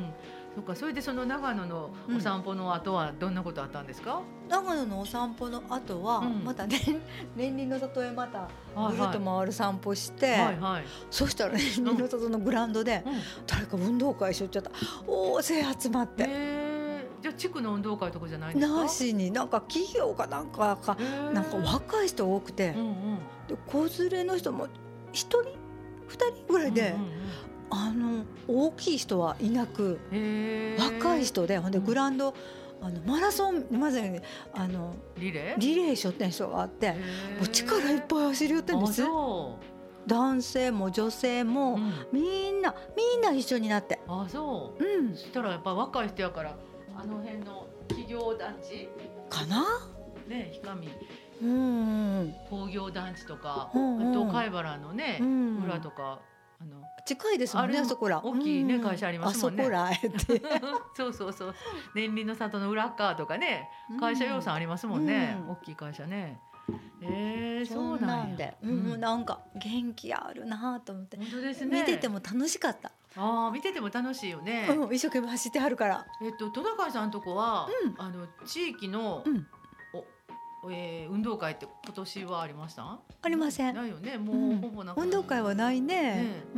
[SPEAKER 1] そっか、それでその長野のお散歩の後はどんなことあったんですか？
[SPEAKER 2] うん、長野のお散歩の後は、うん、またね年輪の里へまたぐるっと回る散歩して、はいはい、そしたら年輪の里のグラウンドで、うん、誰か運動会しよっちゃった。大勢集まって、
[SPEAKER 1] へー、じゃあ地区の運動会とかじゃないんですか？
[SPEAKER 2] なしに、なんか企業かなんかかなんか若い人多くて、うんうん、で子連れの人もひとりふたりぐらいで、うんうんうん、あの大きい人はいなく若い人で、ほんでグラウンド、あのマラソンまさにあの
[SPEAKER 1] リレー
[SPEAKER 2] リレーしよってん人があって、もう力いっぱい走り寄ってるんです。男性も女性も、うん、みんなみんな一緒になって。
[SPEAKER 1] あ、そう、うん、そしたらやっぱ若い人やからあの辺の企業団地
[SPEAKER 2] かな
[SPEAKER 1] ね、氷上、
[SPEAKER 2] うん、
[SPEAKER 1] 工業団地とか、うんうん、あと貝原のね、うん、裏とかあの
[SPEAKER 2] 近いですもんね、あそこら
[SPEAKER 1] 大きいね、会社ありますもんね、
[SPEAKER 2] あそこらあえて
[SPEAKER 1] そうそうそう、年輪の里の裏側とかね、会社要素ありますもんね、うん、大きい会社ね。えー、そうなんで、
[SPEAKER 2] うん、なんか元気あるなと思って。
[SPEAKER 1] 本当ですね、
[SPEAKER 2] 見てても楽しかった。
[SPEAKER 1] ああ、見てても楽しいよね、
[SPEAKER 2] うん、一生懸命走ってはるから。
[SPEAKER 1] えっと戸中さんのとこは、うん、あの地域の、うんえー、運動会って今年はありました？
[SPEAKER 2] ありません。
[SPEAKER 1] ないよね、もう、うん、ほぼなく。
[SPEAKER 2] 運動会はないね。ね、うん、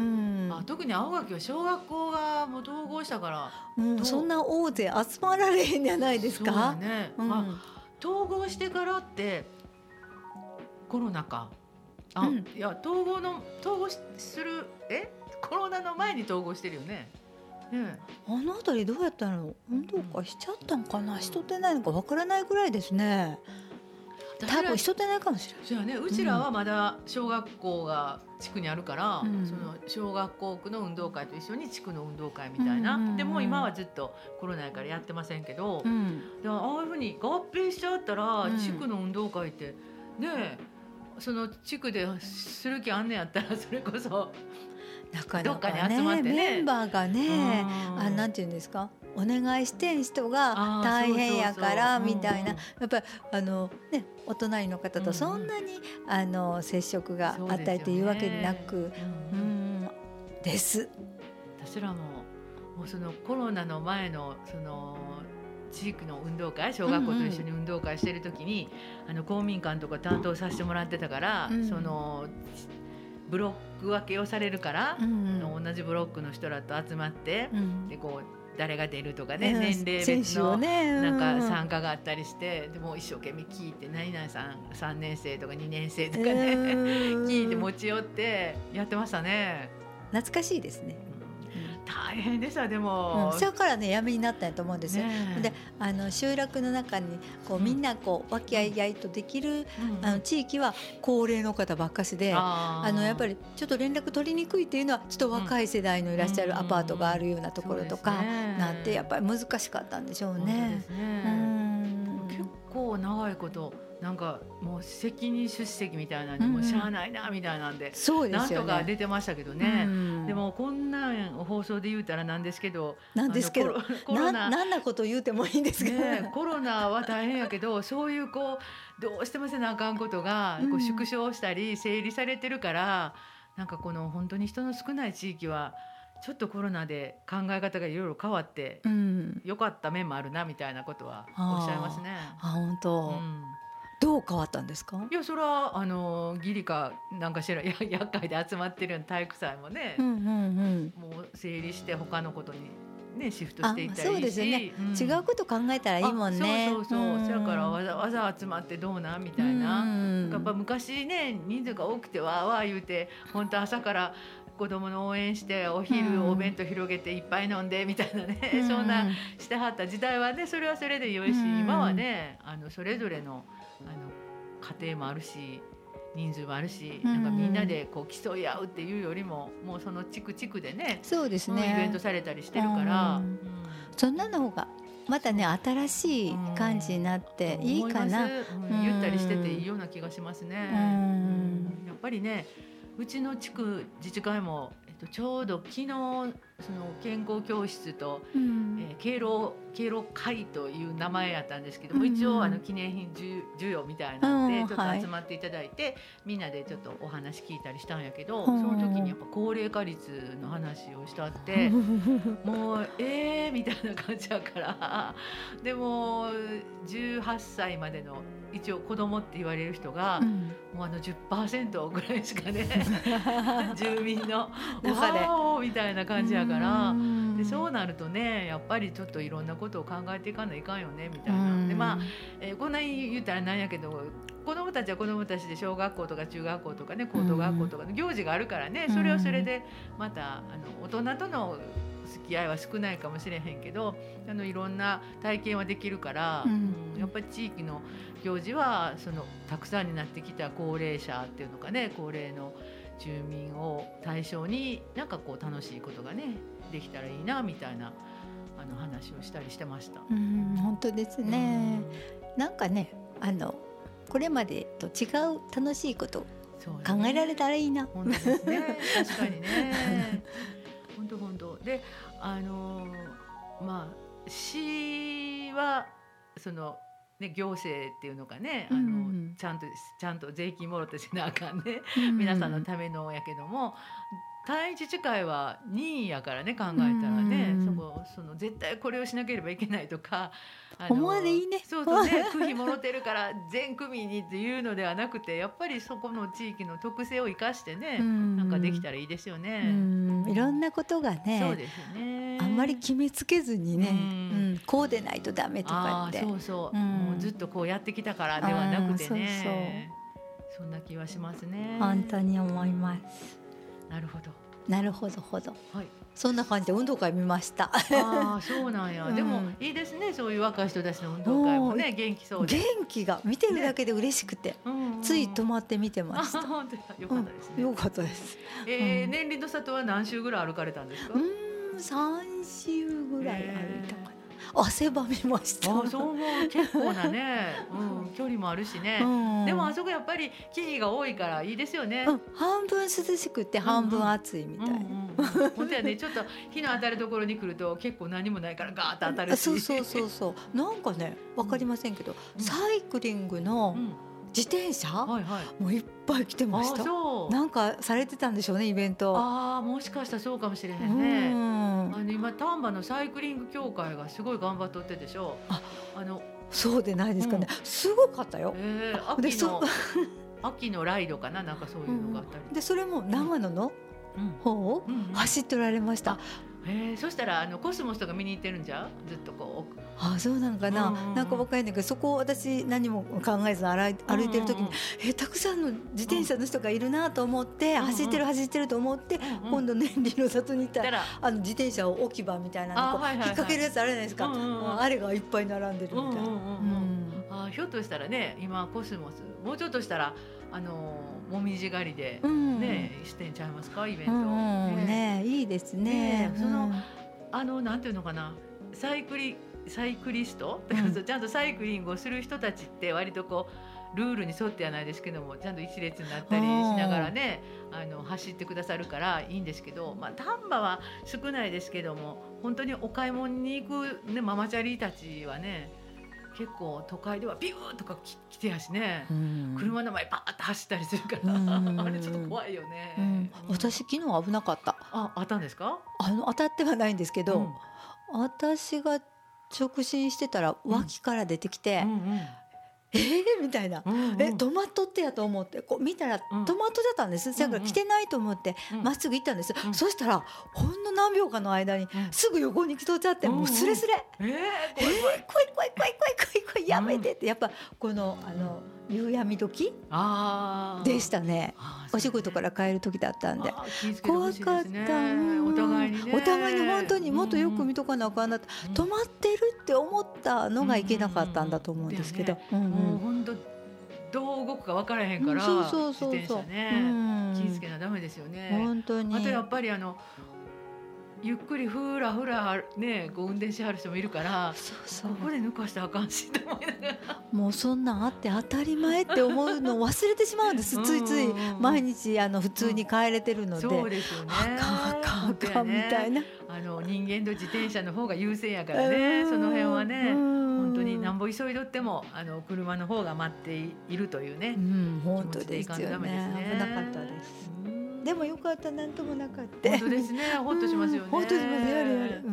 [SPEAKER 1] あ、特に青垣は小学校がもう統合したから、
[SPEAKER 2] うん、そんな大勢集まられへんじゃないですか。そうだ
[SPEAKER 1] ね、うん、あ、統合してからってコロナか。あ、うん、いや統合の統合するえコロナの前に統合してるよね。
[SPEAKER 2] ね、あの辺りどうやったの？運動会しちゃったんかな、うん、人ってないのかわからないぐらいですね。多分人ってないかもしれない。
[SPEAKER 1] そうやね、うちらはまだ小学校が地区にあるから、うん、その小学校区の運動会と一緒に地区の運動会みたいな、うんうんうん、でも今はずっとコロナやからやってませんけど、うん、でもああいうふうに合併しちゃったら、うん、地区の運動会ってね、その地区でする気あんねやったらそれこそ
[SPEAKER 2] なかなかね、どっかに集まってね、メンバーがね、あ、なんていうんですか、お願いしてん人が大変やからみたいな、やっぱりあのね、お隣の方とそんなに、うん、あの接触があったりというわけでなく、うん、うん、です。
[SPEAKER 1] 私らももうそのコロナの前のその地域の運動会、小学校と一緒に運動会してる時に、うんうん、あの公民館とか担当させてもらってたから、うん、そのブロック分けをされるから、うんうん、同じブロックの人らと集まって、うん、でこう誰が出るとかね、うん、年齢別のなんか参加があったりして、でも一生懸命聞いて、何々さんさんねん生とかにねん生とかね、聞いて持ち寄ってやってましたね。
[SPEAKER 2] 懐かしいですね。
[SPEAKER 1] 大変でした。でも、
[SPEAKER 2] うん、それからね、闇になったんやと思うんですよ、ね、であの集落の中にこうみんなこう和気あいあいとできる、うん、あの地域は高齢の方ばっかしで、あのやっぱりちょっと連絡取りにくいっていうのはちょっと若い世代のいらっしゃるアパートがあるようなところとかなって、やっぱり難しかったんでしょうね。うん、
[SPEAKER 1] 結構長いことなんかもう責任出席みたいなのもしゃあないなみたいなんで、
[SPEAKER 2] そうですよね、
[SPEAKER 1] なんとか出てましたけどね、うん、でもこんなん放送で言うたらなんですけど
[SPEAKER 2] なんですけどコロナなんなこと言うてもいいんですけど、ね、
[SPEAKER 1] コロナは大変やけどそういうこうどうしてもせなあかんことがこう縮小したり整理されてるから、うん、なんかこの本当に人の少ない地域はちょっとコロナで考え方がいろいろ変わって、うん、よかった面もあるなみたいなことはおっしゃいますね。
[SPEAKER 2] あ、本当、うん、どう変わったんですか？
[SPEAKER 1] いや、それはあのギリかなんかしらや厄介で集まってるような体育祭もね、うんうんうん、もう整理して他のことに、ね、シフトしていったらいいし、そうですよね、
[SPEAKER 2] うん、違うこと考えたらいいもんね。
[SPEAKER 1] そうそうそう、うん、そやからわざわざ集まってどうなんみたいな、うん、やっぱ昔ね、人数が多くてわーわー言うて本当朝から子供の応援してお昼お弁当広げていっぱい飲んでみたいなね、うん、そんなしてはった時代はね、それはそれでよいし、うん、今はね、あのそれぞれのあの家庭もあるし人数もあるし、うん、なんかみんなでこう競い合うっていうよりももうその地区地区でね、
[SPEAKER 2] そうですね、
[SPEAKER 1] イベントされたりしてるから、うんうん、
[SPEAKER 2] そんなの方がまたね新しい感じになっていいかな、うん
[SPEAKER 1] うん、ゆったりしてていいような気がしますね、うんうん、やっぱりね、うちの地区自治会も、えっと、ちょうど昨日その健康教室と、うん、えー、敬老敬老会という名前やったんですけども、うん、一応あの記念品授与みたいなので、うん、ちょっと集まっていただいて、はい、みんなでちょっとお話聞いたりしたんやけど、うん、その時にやっぱ高齢化率の話をしたってもうえーみたいな感じやからでもじゅうはっさいまでの一応子供って言われる人が、うん、もうあの じゅっパーセント ぐらいしかね住民の
[SPEAKER 2] 中で
[SPEAKER 1] わーみたいな感じやから、でそうなるとねやっぱりちょっといろんなことを考えていかないかんよねみたいな。でまあ、えー、こんなに言ったらなんやけど子どもたちは子どもたちで小学校とか中学校とかね高等学校とかの行事があるからね、それはそれでまたあの大人との付き合いは少ないかもしれへんけどあのいろんな体験はできるから、うんうん、やっぱり地域の行事はそのたくさんになってきた高齢者っていうのかね高齢の住民を対象になんかこう楽しいことがねできたらいいなみたいなあの話をしたりしてました。
[SPEAKER 2] うん、本当ですね、うん、なんかねあのこれまでと違う楽しいこと考えられたらいいな。
[SPEAKER 1] 本当ですね確かにね本当本当であのまあ市はそのね、行政っていうのかね、あの、うん、ちゃんとちゃんと税金もろてしなあかんね、うん、皆さんのためのやけども単一自治会は任意やからね考えたらね、うん、そこその絶対これをしなければいけないとか
[SPEAKER 2] 思わでいいね
[SPEAKER 1] そうそうね区費もろてるから全区民にっていうのではなくてやっぱりそこの地域の特性を生かしてね、うん、なんかできたらいいですよね、
[SPEAKER 2] うん、いろんなことがね
[SPEAKER 1] そうですよね
[SPEAKER 2] あんまり決めつけずにね、うんうん、こうでないとダメとかって
[SPEAKER 1] そうそう、うん、もうずっとこうやってきたからではなくてねそうそうそんな気はしますね
[SPEAKER 2] 本当に思います
[SPEAKER 1] なるほど
[SPEAKER 2] なるほどほど、
[SPEAKER 1] はい、
[SPEAKER 2] そんな感じで運動会見ました
[SPEAKER 1] あそうなんや、うん、でもいいですねそういう若い人たちの運動会もね元気そうで
[SPEAKER 2] 元気が見てるだけで嬉しくて、ねうんうん、つい止まって見てました
[SPEAKER 1] 本当よかったですね、
[SPEAKER 2] うん、よかったです、
[SPEAKER 1] えーうん、年輪の里は何周ぐらい歩かれたんですか
[SPEAKER 2] うんさん周ぐらい歩いたかな、えー、汗ばみました
[SPEAKER 1] あそう思う結構なね、うん、距離もあるしね、うん、でもあそこやっぱり木々が多いからいいですよね、
[SPEAKER 2] うん、半分涼しくて半分暑いみたいな、うんうん
[SPEAKER 1] うんうん、本当やねちょっと日の当たるところに来ると結構何もないからガーッと当たるし
[SPEAKER 2] そうそうそうそうなんかね分かりませんけど、うん、サイクリングの自転車、うんはいはい、もういっぱい来てました。なんかされてたんでしょうねイベント。
[SPEAKER 1] ああもしかしたらそうかもしれへんね。うんあの今丹波のサイクリング協会がすごい頑張っとってでしょう。あ
[SPEAKER 2] あのそうでないですかね、うん、すごかったよ。
[SPEAKER 1] えー、秋の秋のライドかななんかそういうのがあったり、
[SPEAKER 2] うん、でそれも長野の方を走っておられました。
[SPEAKER 1] へそしたらあのコスモスとか見に行ってるんじゃずっとこう
[SPEAKER 2] あそうなのかな、うんうんうん、なんか分かんないけどそこを私何も考えず歩いてる時に、うんうん、えたくさんの自転車の人がいるなと思って、うん、走ってる走ってると思って、うんうん、今度年輪の里に行ったら、うん、あの自転車を置き場みたいなのこう、はいはいはい、引っ掛けるやつあるじゃないですか、うんうん、あれがいっぱい並んでるみたいな、うんうんうんうん、
[SPEAKER 1] あひょっとしたらね今コスモスもうちょっとしたらあのもみじ狩りで、ねうん、してんちゃいますかイベント、
[SPEAKER 2] うんねね、いいですね、
[SPEAKER 1] ねその、うん、あのなんていうのかなサイクリサイクリスト、うん、ちゃんとサイクリングをする人たちって割とこうルールに沿ってはないですけどもちゃんと一列になったりしながらねあの走ってくださるからいいんですけど、まあ、丹波は少ないですけども本当にお買い物に行く、ね、ママチャリたちはね結構都会ではビューとか来てやしね、うん、車の前パーッと走ったりするから、うん、あれちょっと怖いよね、うん、
[SPEAKER 2] 私昨日危なかった。
[SPEAKER 1] あ、あったんですか？
[SPEAKER 2] あの当たってはないんですけど、うん、私が直進してたら脇から出てきて、うんうんうんえー、みたいな、うんうん、え止まっとってやと思ってこう見たら止まっとったんです、うん、だから来てないと思ってま、うん、っすぐ行ったんです、うん、そしたらほんの何秒かの間にすぐ横に来とっちゃって、うん、もうスレスレ、うんうん、えー、怖い怖い怖い怖い怖い怖い怖いやめてって、やっぱこのあの夕闇時でしたね。お仕事から帰る時だったんで怖かった、うん、
[SPEAKER 1] お互いにね
[SPEAKER 2] お互いに本当にもっとよく見とかなあかんな、うん、止まってるって思ったのがいけなかったんだと思うんですけど、
[SPEAKER 1] うんうんうん、もう本当どう動くか分からへんから、うん、そうそうそうそう自転車ね、うん、気ぃつけなダメですよね。
[SPEAKER 2] 本当に
[SPEAKER 1] あとやっぱりあのゆっくりふらふらねこう運転しはる人もいるから、そうそうここで抜かしたらあかんしと思いながら、
[SPEAKER 2] もうそんなんあって当たり前って思うのを忘れてしまうんです。ついつい毎日あの普通に帰れてるので、
[SPEAKER 1] そうですよね、
[SPEAKER 2] あかんあかんあかんみたいな、
[SPEAKER 1] あの人間と自転車の方が優先やからね、その辺はね本当になんぼ急いどってもあの車の方が待っているというね、
[SPEAKER 2] うん、本当ですよね。
[SPEAKER 1] 気持ちでいかんとダメですね。
[SPEAKER 2] 危なかったです。でもよかった、なんともなかった。
[SPEAKER 1] 本当ですね、ほっとしますよね。
[SPEAKER 2] ほっとしますやるやる、うん、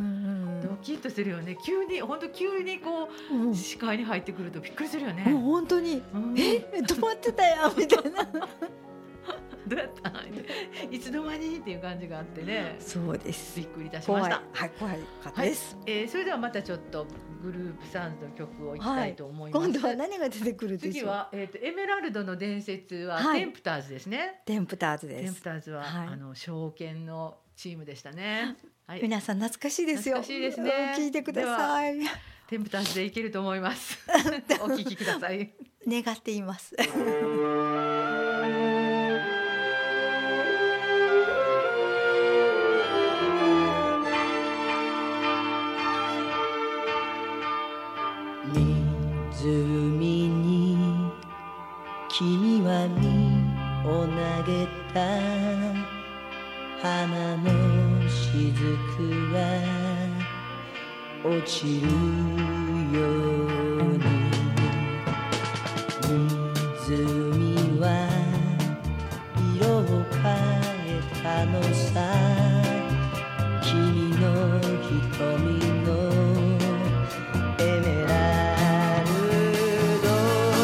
[SPEAKER 1] ドキッとするよね。急に本当急にこう、うん、視界に入ってくるとびっくりするよね。
[SPEAKER 2] もう本当に、うん、え止まってたよみたいな
[SPEAKER 1] どうやったいつの間にっていう感じがあってね。
[SPEAKER 2] そうです。
[SPEAKER 1] びっくりいたしました。
[SPEAKER 2] はい、怖いかったです。
[SPEAKER 1] はい、えー、それではまたちょっとグループサウンドの曲をいきたいと思います。
[SPEAKER 2] はい、今度は何が出てくるでしょう。
[SPEAKER 1] 次は、えーと、エメラルドの伝説は、はい、テンプターズですね。
[SPEAKER 2] テンプターズです。
[SPEAKER 1] テンプターズは、はい、あの証券のチームでしたね。
[SPEAKER 2] はい、皆さん懐かしいですよ。
[SPEAKER 1] 懐かしいですね。
[SPEAKER 2] 聞いてください。
[SPEAKER 1] テンプターズでいけると思います。お聞きください。
[SPEAKER 2] 願っています。
[SPEAKER 4] 湖に君は実を投げた、花の雫が落ちるように、湖は色を変えたのさ、君の瞳のエメラルド、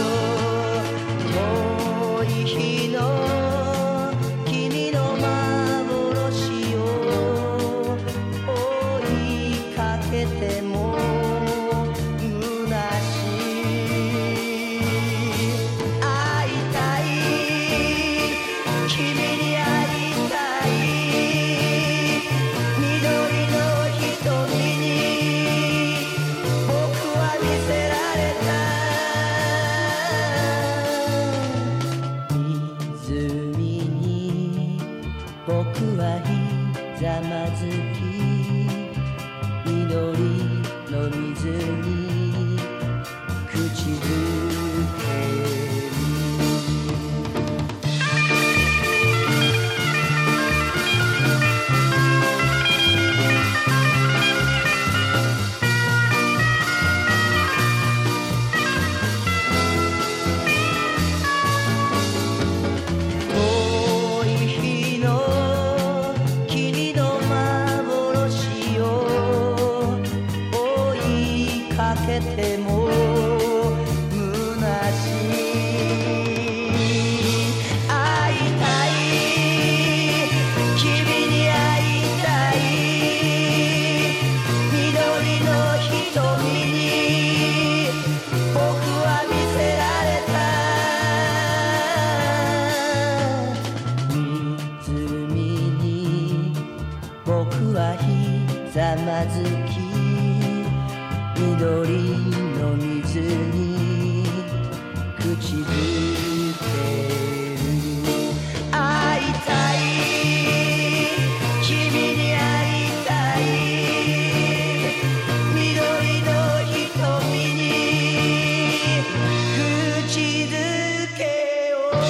[SPEAKER 4] 遠い日の君の幻を追いかけても虚しい、会いたい、君に会いたい、緑の瞳に僕は見せられた、湖に僕はひざまずき、緑の水に口づける。遠い日の君の幻を追いかけても虚しい、会いたい、君に会いたい、緑の瞳に僕は見せられた、湖に僕はひざまずき、緑の水に口づける、会いたい、君に会いたい、緑の瞳に口づけよう。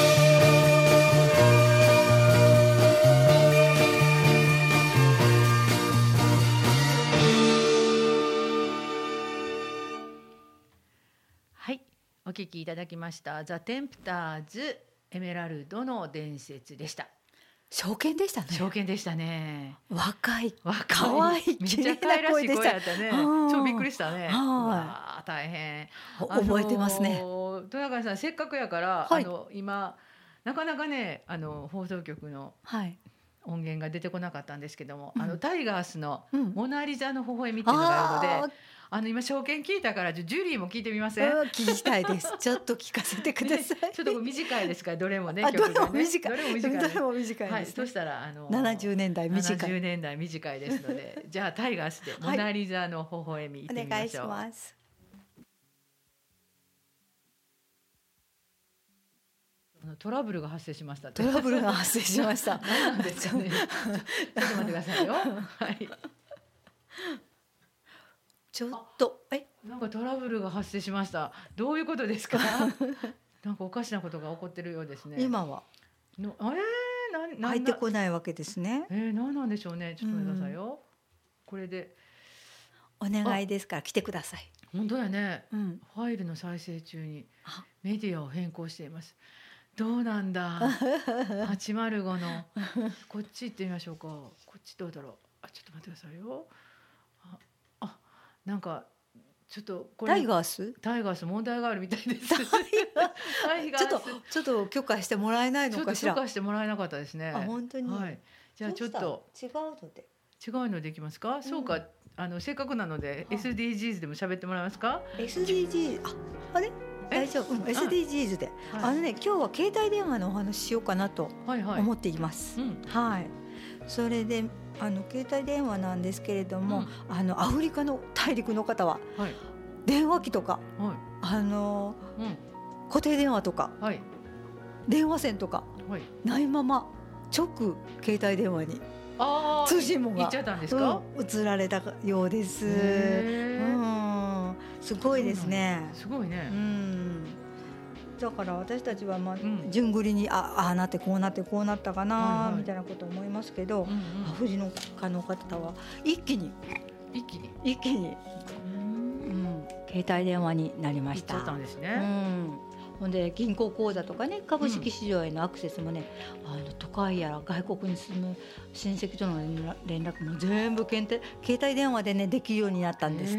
[SPEAKER 1] はい、お聞きいただきましたザ・テンプターズエメラルドの伝説でした。
[SPEAKER 2] 証券でしたね。
[SPEAKER 1] 証券でしたね。
[SPEAKER 2] 若い、
[SPEAKER 1] 若い、
[SPEAKER 2] 可愛い、
[SPEAKER 1] めっちゃ可愛らしい声やったね。超びっくりしたね。わあ、大変。
[SPEAKER 2] 覚えてますね。
[SPEAKER 1] 豊川さん、せっかくやから、はい、あの今なかなかね、あの放送局の音源が出てこなかったんですけども、はい、あのタイガースのモナリザの微笑みっていうのがあるので、うん、あの今証券聞いたからジュリーも聞いてみません？
[SPEAKER 2] 聞きたいです。ちょっと聞かせてください。
[SPEAKER 1] ね、ちょっと短いですから、どれもね、
[SPEAKER 2] 曲がね、どれも短い、
[SPEAKER 1] どれも短い、
[SPEAKER 2] どれも短いです、ね。
[SPEAKER 1] はい、そしたらあの
[SPEAKER 2] ななじゅうねんだい短い、
[SPEAKER 1] ななじゅうねんだい短いですので、じゃあタイガースでモナリザの微笑み、はい、
[SPEAKER 2] お願いします。
[SPEAKER 1] トラブルが発生しました。
[SPEAKER 2] トラブルが発生しました。
[SPEAKER 1] 何なんですかね。ちょっと待ってくださいよ。はい。
[SPEAKER 2] ちょっとえ
[SPEAKER 1] なんかトラブルが発生しました。どういうことですか。なんかおかしなことが起こってるようですね。
[SPEAKER 2] 今は
[SPEAKER 1] のあれー、な
[SPEAKER 2] 入ってこないわけですね。
[SPEAKER 1] えー、何なんでしょうね。ちょっと待ってくださいよ。うん、これで
[SPEAKER 2] お願いですから来てください。
[SPEAKER 1] 本当やね、
[SPEAKER 2] うん、
[SPEAKER 1] ファイルの再生中にメディアを変更しています。どうなんだ。はちまるごのこっち行ってみましょうか。こっちどうだろう。あ、ちょっと待ってくださいよ。あ、あ、なんかちょっとこれ
[SPEAKER 2] タイガース
[SPEAKER 1] タイガース問題があるみたいです。
[SPEAKER 2] タイガースちょっとちょっと許可してもらえないのかしら。
[SPEAKER 1] ちょっと許可してもらえなかったですね。
[SPEAKER 2] あ、本当に。
[SPEAKER 1] はい。じゃあちょっと
[SPEAKER 2] 違うので
[SPEAKER 1] 違うのできますか。うん、そうか。あのせっかくなので エスディージーズ でも喋ってもらえますか。
[SPEAKER 2] エスディージーズ あ、あれ大丈夫、うん、エスディージーズ で、はい、あのね今日は携帯電話のお話ししようかなと思っています。はいはい、うんはい、それであの携帯電話なんですけれども、うん、あのアフリカの大陸の方は、はい、電話機とか、はい、あの、うん、固定電話とか、はい、電話線とか、はい、ないまま直携帯電話に通信網が移られたようです。うん、すごいですね。
[SPEAKER 1] すごいね。
[SPEAKER 2] うん、だから私たちはまあ、うん、順繰りにああなってこうなってこうなったかな、はいはい、みたいなこと思いますけど、うんうん、アフリカの方は一気に
[SPEAKER 1] 一気に
[SPEAKER 2] 一気に、うん、携帯電話になりました。
[SPEAKER 1] 行っちゃったんですね。
[SPEAKER 2] うんほんで銀行口座とかね株式市場へのアクセスもね、うん、あの都会やら外国に住む親戚との連絡も全部携帯電話でねできるようになったんですって。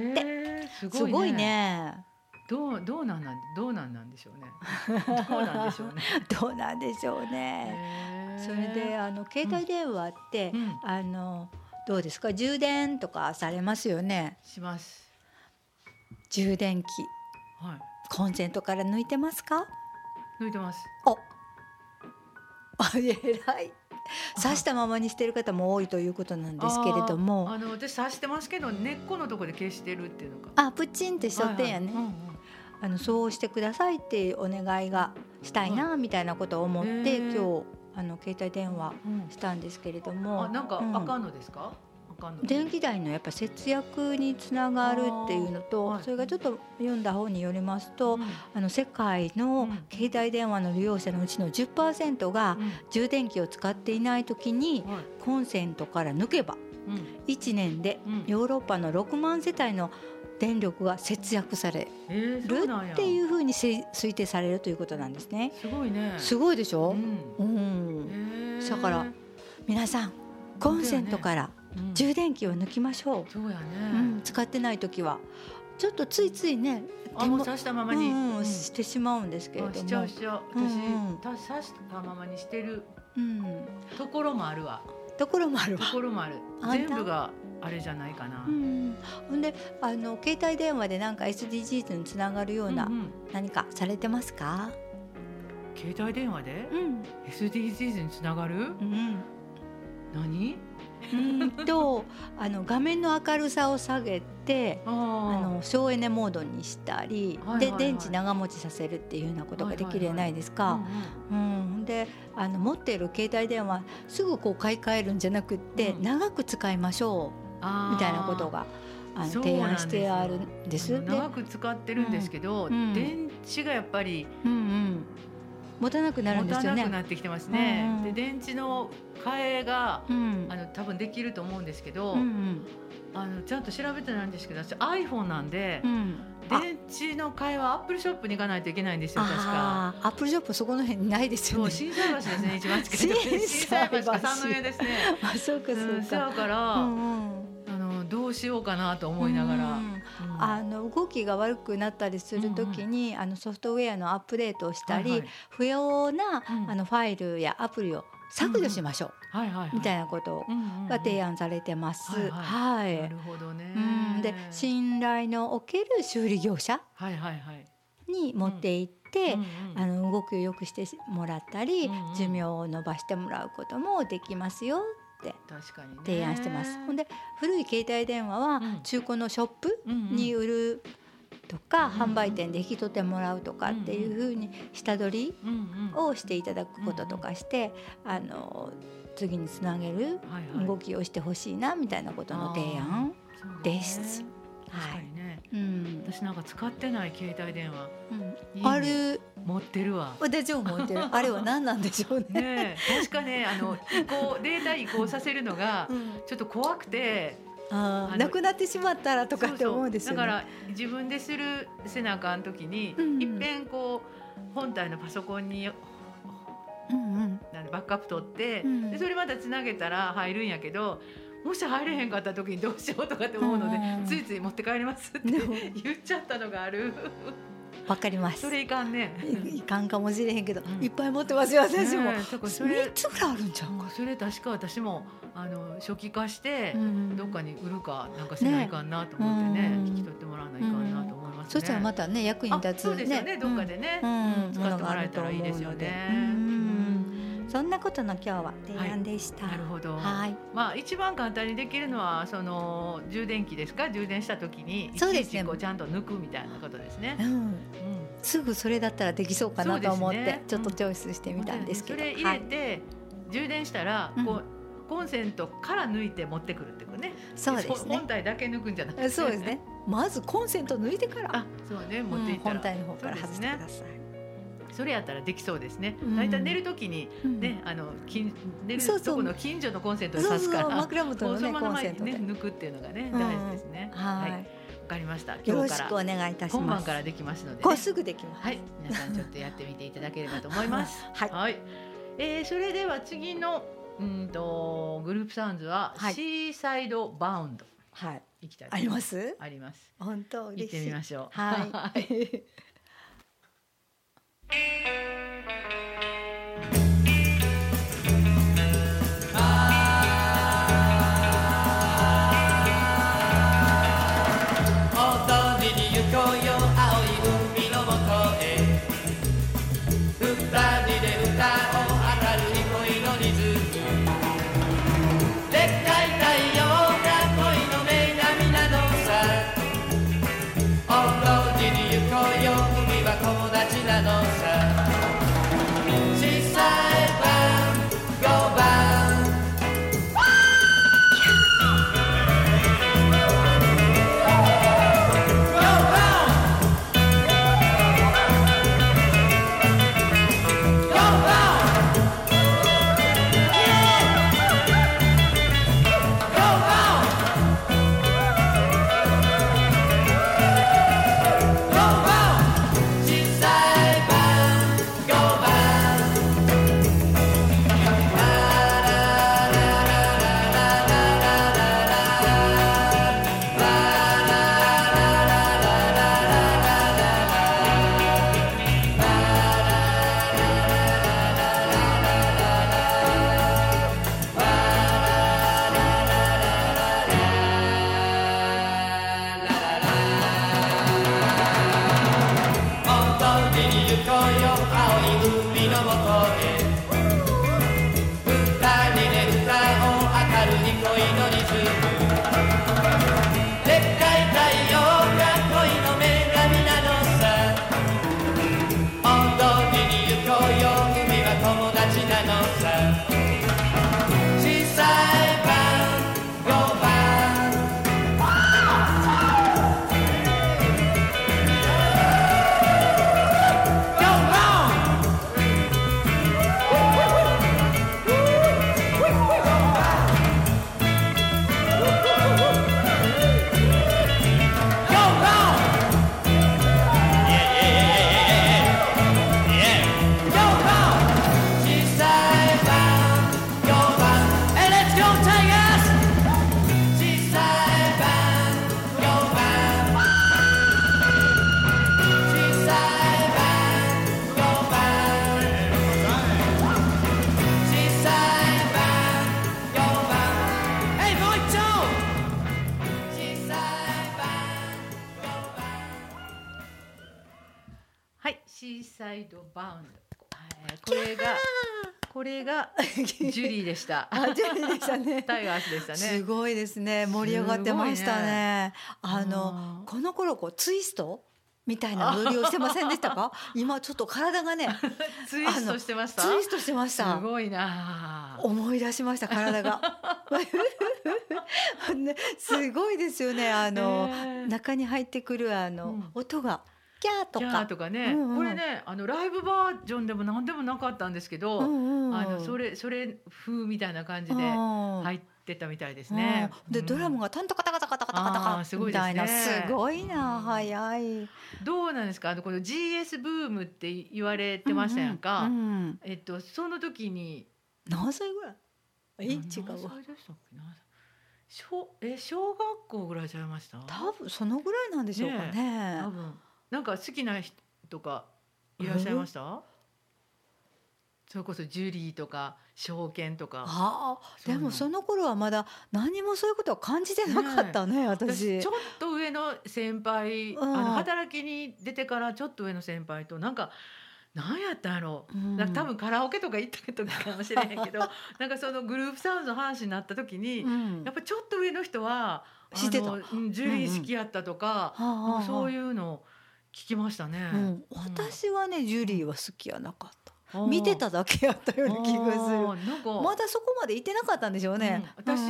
[SPEAKER 2] すごいね。すごいね。
[SPEAKER 1] どうどうなんなんどうなんなんでしょうね。どうなんでしょうね。
[SPEAKER 2] どうなんでしょうね。それであの携帯電話って、うん、あのどうですか充電とかされますよね。
[SPEAKER 1] します。
[SPEAKER 2] 充電器。
[SPEAKER 1] はい。
[SPEAKER 2] コンセントから抜いてますか？
[SPEAKER 1] 抜いてます。
[SPEAKER 2] お、あ、偉い。刺したままにしている方も多いということなんですけれども、
[SPEAKER 1] ああの私刺してますけど根っこのところで消してるっていうのか。
[SPEAKER 2] あ、プチンってしとってんやね。はいはいうんうん、あのそうしてくださいっていうお願いがしたいなみたいなことを思って、はい、今日あの携帯電話したんですけれども、
[SPEAKER 1] うん、あなんかあかんのですか？
[SPEAKER 2] 電気代のやっぱ節約につながるっていうのと、はい、それがちょっと読んだ方によりますと、うん、あの世界の携帯電話の利用者のうちの じゅっパーセント が充電器を使っていない時にコンセントから抜けばいちねんでヨーロッパのろくまんせたいの電力が節約されるっていうふうに推定されるということなんですね。
[SPEAKER 1] すごいね。
[SPEAKER 2] すごいでしょ、うんうん、だから皆さんコンセントから充電器を抜きましょう。
[SPEAKER 1] そうやね、
[SPEAKER 2] うん、使ってない時はちょっとついついね
[SPEAKER 1] 手も刺したままに、
[SPEAKER 2] うんうん、してしまうんですけれども、
[SPEAKER 1] しちゃうしちゃう私、うんうん、刺したままにしてる、うん、ところもあるわ
[SPEAKER 2] ところもあるわ
[SPEAKER 1] ところもある全部があれじゃないかな。
[SPEAKER 2] うん、ほんであの携帯電話でなんか エスディージーズ につながるような、うんうん、何かされてますか？
[SPEAKER 1] 携帯電話で、うん、エスディージーズ につながる、うん、何
[SPEAKER 2] うんとあの画面の明るさを下げてあの省エネモードにしたり、はいはいはい、で電池長持ちさせるっていうようなことができるじゃないですか。であの持っている携帯電話すぐこう買い替えるんじゃなくって、うん、長く使いましょうみたいなことがあの提案してあるんです。
[SPEAKER 1] 長く使ってるんですけど、うん、電池がやっぱり、うんうん
[SPEAKER 2] 持たなくなるんですよね。
[SPEAKER 1] 持たなくなってきてますね。うんうん、で電池の替えが、うん、あの多分できると思うんですけど、うんうん、あのちゃんと調べてないんですけど、私 iPhone なんで、うん、電池の替えは Apple ショップに行かないといけないんですよ確か。
[SPEAKER 2] Apple ショップそこの辺にないですよね。
[SPEAKER 1] 心斎橋ですね一番近いところ。心斎橋か三宮ですね。
[SPEAKER 2] あ、そうかそうか。うん、
[SPEAKER 1] だから、うんうん、あのどうしようかなと思いながら。うんうん
[SPEAKER 2] あの動きが悪くなったりするときに、うんうん、あのソフトウェアのアップデートをしたり、はいはい、不要な、うん、あのファイルやアプリを削除しましょう、うんうんはいはいはい、みたいなことが提案されてます。はいはいはい、
[SPEAKER 1] なるほどね。
[SPEAKER 2] うん、で信頼のおける修理業者に持って行って、うんうんうん、あの動きを良くしてもらったり、うんうん、寿命を伸ばしてもらうこともできますよって提案してます。ほんで古い携帯電話は中古のショップに売るとか、うん、販売店で引き取ってもらうとかっていうふうに下取りをしていただくこととかして、あの次につなげる動きをしてほしいなみたいなことの提案です。
[SPEAKER 1] 確かにね、はい、うん、私なんか使ってない携帯電話、
[SPEAKER 2] うん、あれ
[SPEAKER 1] 持ってるわ。
[SPEAKER 2] 私も持ってる。あれは何なんでしょう ね,
[SPEAKER 1] ね確かね、あの移行データ移行させるのがちょっと怖くて、
[SPEAKER 2] うん、ああなくなってしまったらとかって思うんですよね。
[SPEAKER 1] そうそう、だから自分でするせなあかん時に、うん、いっぺんこう本体のパソコンに、うんうん、なんでバックアップ取って、うん、でそれまたつなげたら入るんやけど、もし入れへんかった時にどうしようとかって思うので、うん、ついつい持って帰りますって言っちゃったのがある。
[SPEAKER 2] わかります。
[SPEAKER 1] それいかんね。
[SPEAKER 2] いかんかもしれへんけど、うん、いっぱい持ってますよ私も。
[SPEAKER 1] ね、それみっ
[SPEAKER 2] つぐらいあるんちゃうか。
[SPEAKER 1] それ確か私もあの初期化してどっかに売るかなんかしないかんなと思ってね、ね、引き取ってもらわないかんなと思いますね。
[SPEAKER 2] そしたらまたね役に立つ、ね、
[SPEAKER 1] そうですよね、どっかでね、うんうん、使ってもらえたらいいですよね。
[SPEAKER 2] そんなことの今日は提案でした。
[SPEAKER 1] はい、なるほど。
[SPEAKER 2] はい。
[SPEAKER 1] まあ一番簡単にできるのはその充電器ですか、充電した時にいちいちこうちゃんと抜くみたいなことですね。うんうん、
[SPEAKER 2] すぐそれだったらできそうかなと思って、ね、ちょっとチョイスしてみたんですけど、
[SPEAKER 1] うん、それ入れて、はい、充電したらこう、うん、コンセントから抜いて持ってくるってことね。
[SPEAKER 2] そうですね。
[SPEAKER 1] 本体だけ抜くんじゃなくて、
[SPEAKER 2] そうですね。まずコンセント抜いてから、
[SPEAKER 1] あ、そうね、持っていったら、
[SPEAKER 2] うん、本体の方から外してください。
[SPEAKER 1] それやったらできそうですね。だいたい寝るときにね、うん、あの近寝るとこの近所のコンセントに挿すから、
[SPEAKER 2] そうそう枕元のねコンセントで、
[SPEAKER 1] ね、抜くっていうのがね、大事ですね。うん、はい。わかりました。
[SPEAKER 2] よろしくお願いいたします。
[SPEAKER 1] 今晩からできますので、ね、
[SPEAKER 2] こうすぐできます。
[SPEAKER 1] はい。皆さんちょっとやってみていただければと思います。
[SPEAKER 2] はい。
[SPEAKER 1] はい。えー、それでは次のうんとグループサウンズは、はい、シーサイドバウンド。
[SPEAKER 2] はい。
[SPEAKER 1] 行きたい。
[SPEAKER 2] あります？
[SPEAKER 1] あります。
[SPEAKER 2] 本当嬉しい。
[SPEAKER 1] 行ってみましょう。
[SPEAKER 2] はい。
[SPEAKER 1] サイドバウンド、これがこれがジュリーでした。
[SPEAKER 2] あ、ジュリーでしたね。
[SPEAKER 1] タイガースでしたね。
[SPEAKER 2] すごいですね。盛り上がってましたね。あのこの頃こうツイストみたいな踊りをしてませんでしたか？今ちょっと体がね
[SPEAKER 1] ツイストしてました。
[SPEAKER 2] ツイストしてました。
[SPEAKER 1] すごいな。
[SPEAKER 2] 思い出しました体が。ね、すごいですよね。あの、えー、中に入ってくるあの、うん、音がキャーとか、
[SPEAKER 1] キャーとかね、うんうん、これねあのライブバージョンでも何でもなかったんですけど、うんうん、あのそれそれ風みたいな感じで入ってたみたいですね。
[SPEAKER 2] で、うん、ドラムがタンタカタカタカタカタカタカみたいな、すごいな、うん、早い。
[SPEAKER 1] どうなんですか？あのこの ジーエス ブームって言われてましたやんか。うんうん、えっとその時に
[SPEAKER 2] 何歳ぐらい？え、違うわ。
[SPEAKER 1] 何歳でしたっけな。小え小学校ぐらいちゃいました？
[SPEAKER 2] 多分そのぐらいなんでしょうかね。
[SPEAKER 1] ね、多分なんか好きな人とかいらっしゃいました？それこそジュリーとか証券とか。
[SPEAKER 2] ああ、でもその頃はまだ何もそういうことは感じてなかったね、ね、私。
[SPEAKER 1] 私ちょっと上の先輩、うん、あの働きに出てからちょっと上の先輩となんか何やったんやろ、うん、多分カラオケとか行った時かもしれへんけどなんかそのグループサウンドの話になった時に、うん、やっぱちょっと上の人は
[SPEAKER 2] 知ってた、
[SPEAKER 1] ジュリー好きやったとか、うんうん、そういうの聞きましたね。
[SPEAKER 2] うん、私はねジュリーは好きやなかった。見てただけやったような気がする。なんかまだそこまで行ってなかったんでしょうね。
[SPEAKER 1] うん、私、うん、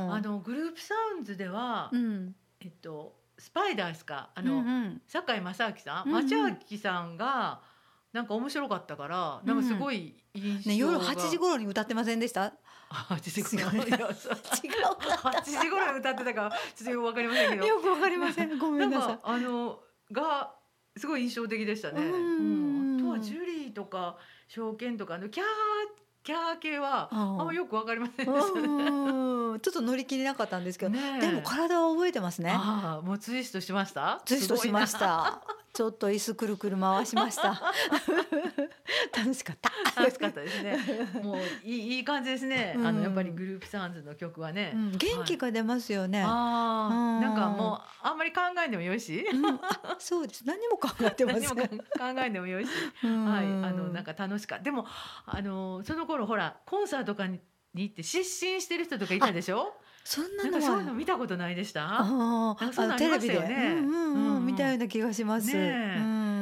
[SPEAKER 1] あのグループサウンズでは、うん、えっとスパイダースかあの、うんうん、堺正明さん、町明さんがなんか面白かったから、なんかすごい印象が、ね、
[SPEAKER 2] 夜はちじ頃に歌ってませんでした？
[SPEAKER 1] はちじ頃違う違うはちじ頃に歌ってたかちょっとよくわかりませんけど
[SPEAKER 2] よくわかりません、ごめんなさい。
[SPEAKER 1] なんかあのがすごい印象的でしたね。うん、あとはジュリーとか証券とかのキャーキャー系はあんまよくわかりませんでしたね。
[SPEAKER 2] ちょっと乗り切れなかったんですけど、ね、でも体は覚えてますね。
[SPEAKER 1] ああ、もうツイストしました？
[SPEAKER 2] ツイストしました。ちょっと椅子くるくる回しました楽しかった
[SPEAKER 1] 楽しかったですね。もういい、いい感じですね、うん、あのやっぱりグループサウンズの曲はね、うん、
[SPEAKER 2] 元気が出ますよね、
[SPEAKER 1] はい、あ、うん、なんかもうあんまり考えてもよいし、
[SPEAKER 2] うん、そうです、何も考えてません
[SPEAKER 1] 何も考えてもよいし、はい、あのなんか楽しかった。でもあのその頃ほらコンサートとかに行って失神してる人とかいたでしょ。
[SPEAKER 2] そんなのは
[SPEAKER 1] なんかそういうの見たことないでした？
[SPEAKER 2] ああ、テレビで、うんうんうん、見たような気がします。ね、うん、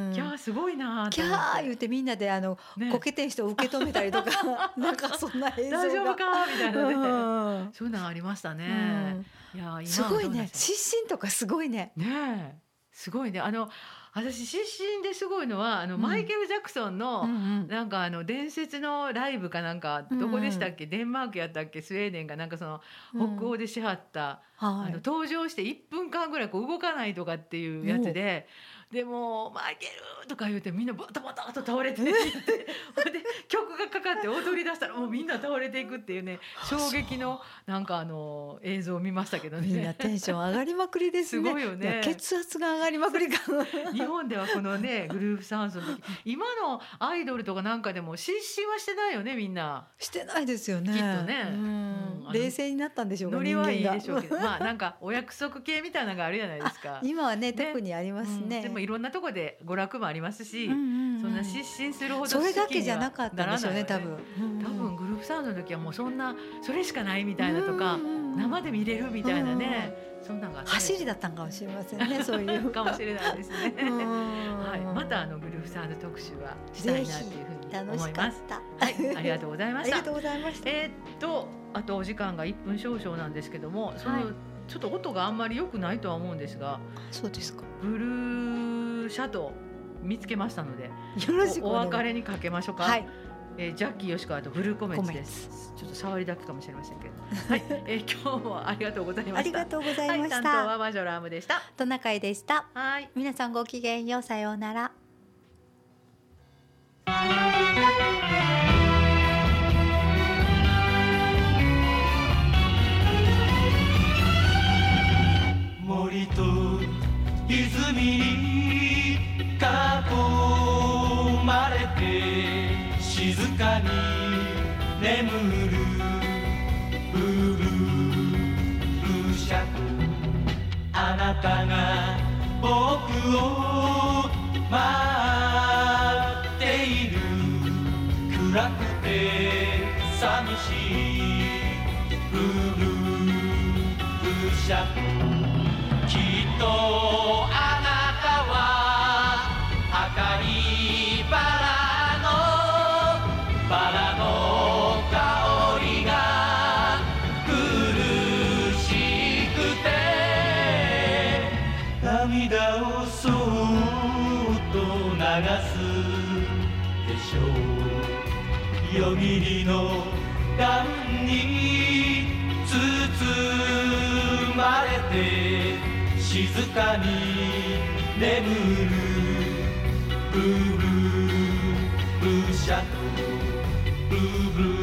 [SPEAKER 1] キャーすごいなー
[SPEAKER 2] キャー言ってみんなであの、ね、こけてん人を受け止めたりとかなんかそんな映像が
[SPEAKER 1] 大丈夫かみたいなね、うん、そういうのありましたね、
[SPEAKER 2] うん、いや今すごいね、失神とかすごいね。
[SPEAKER 1] ねえ、すごいね。あの私失神ですごいのはあの、うん、マイケル・ジャクソンの、うんうん、なんかあの伝説のライブかなんかどこでしたっけ、うん、デンマークやったっけスウェーデンかなんかその北欧でしはった、うん、あの登場していっぷんかんぐらいこう動かないとかっていうやつで、でもマイケルとか言うてみんなバタバタと倒れていってで曲がかかって踊り出したらもうみんな倒れていくっていうね、衝撃のなんかあの映像を見ましたけどね。
[SPEAKER 2] みんなテンション上がりまくりですね。
[SPEAKER 1] すごいよね。
[SPEAKER 2] 血圧が上がりまくりか
[SPEAKER 1] 日本ではこのねグループサウンドの時、今のアイドルとかなんかでも失神はしてないよね、みんな。
[SPEAKER 2] してないですよね、
[SPEAKER 1] きっとね、うん
[SPEAKER 2] うん、冷静になったんでしょうか。
[SPEAKER 1] ノリはいいでしょうけどまあなんかお約束系みたいなのがあるじゃないですか
[SPEAKER 2] 今はね、ね、特にありますね、
[SPEAKER 1] うん、でもいろんなとこで娯楽もありますし、うんうんうん、そんな失神するほど
[SPEAKER 2] それだけじゃなかったんでしょうね、多分、うんうん、
[SPEAKER 1] 多分グループサウンドの時はもうそんなそれしかないみたいなとか、うんうん、生で見れるみたいなね、うん、そんなのが
[SPEAKER 2] 走りだったんかもしれませんねそういう
[SPEAKER 1] かもしれないですねはい、またあのグループサウンド特集はしたいなというふうに思います。はい、ありがとうございました。
[SPEAKER 2] ありがとうございました。
[SPEAKER 1] えー、っとあとお時間がいっぷん少々なんですけども、その、はい、ちょっと音があんまり良くないとは思うんですが、
[SPEAKER 2] そうですか。
[SPEAKER 1] ブルーシャドウ見つけましたので、
[SPEAKER 2] よろしくお願いします。
[SPEAKER 1] お別れにかけましょうか。はい、えー、ジャッキー吉川とブルーコメンツです。ちょっと触りだけかもしれませんけど、はい、えー、今日もありがとうございました。
[SPEAKER 2] ありがとうございました。
[SPEAKER 1] はい、担当はマジョラームでした。
[SPEAKER 2] トナカイでした。
[SPEAKER 1] はい、
[SPEAKER 2] 皆さんごきげんよう、さようなら。
[SPEAKER 3] 森と泉に囲まれて静かに眠るブルーシャドウ、あなたが僕を待っている、暗くて寂しいブルーシャドウ、きっとあなたはよぎりのガウンに包まれて静かに眠るブルーブルーシャドウブルーブルー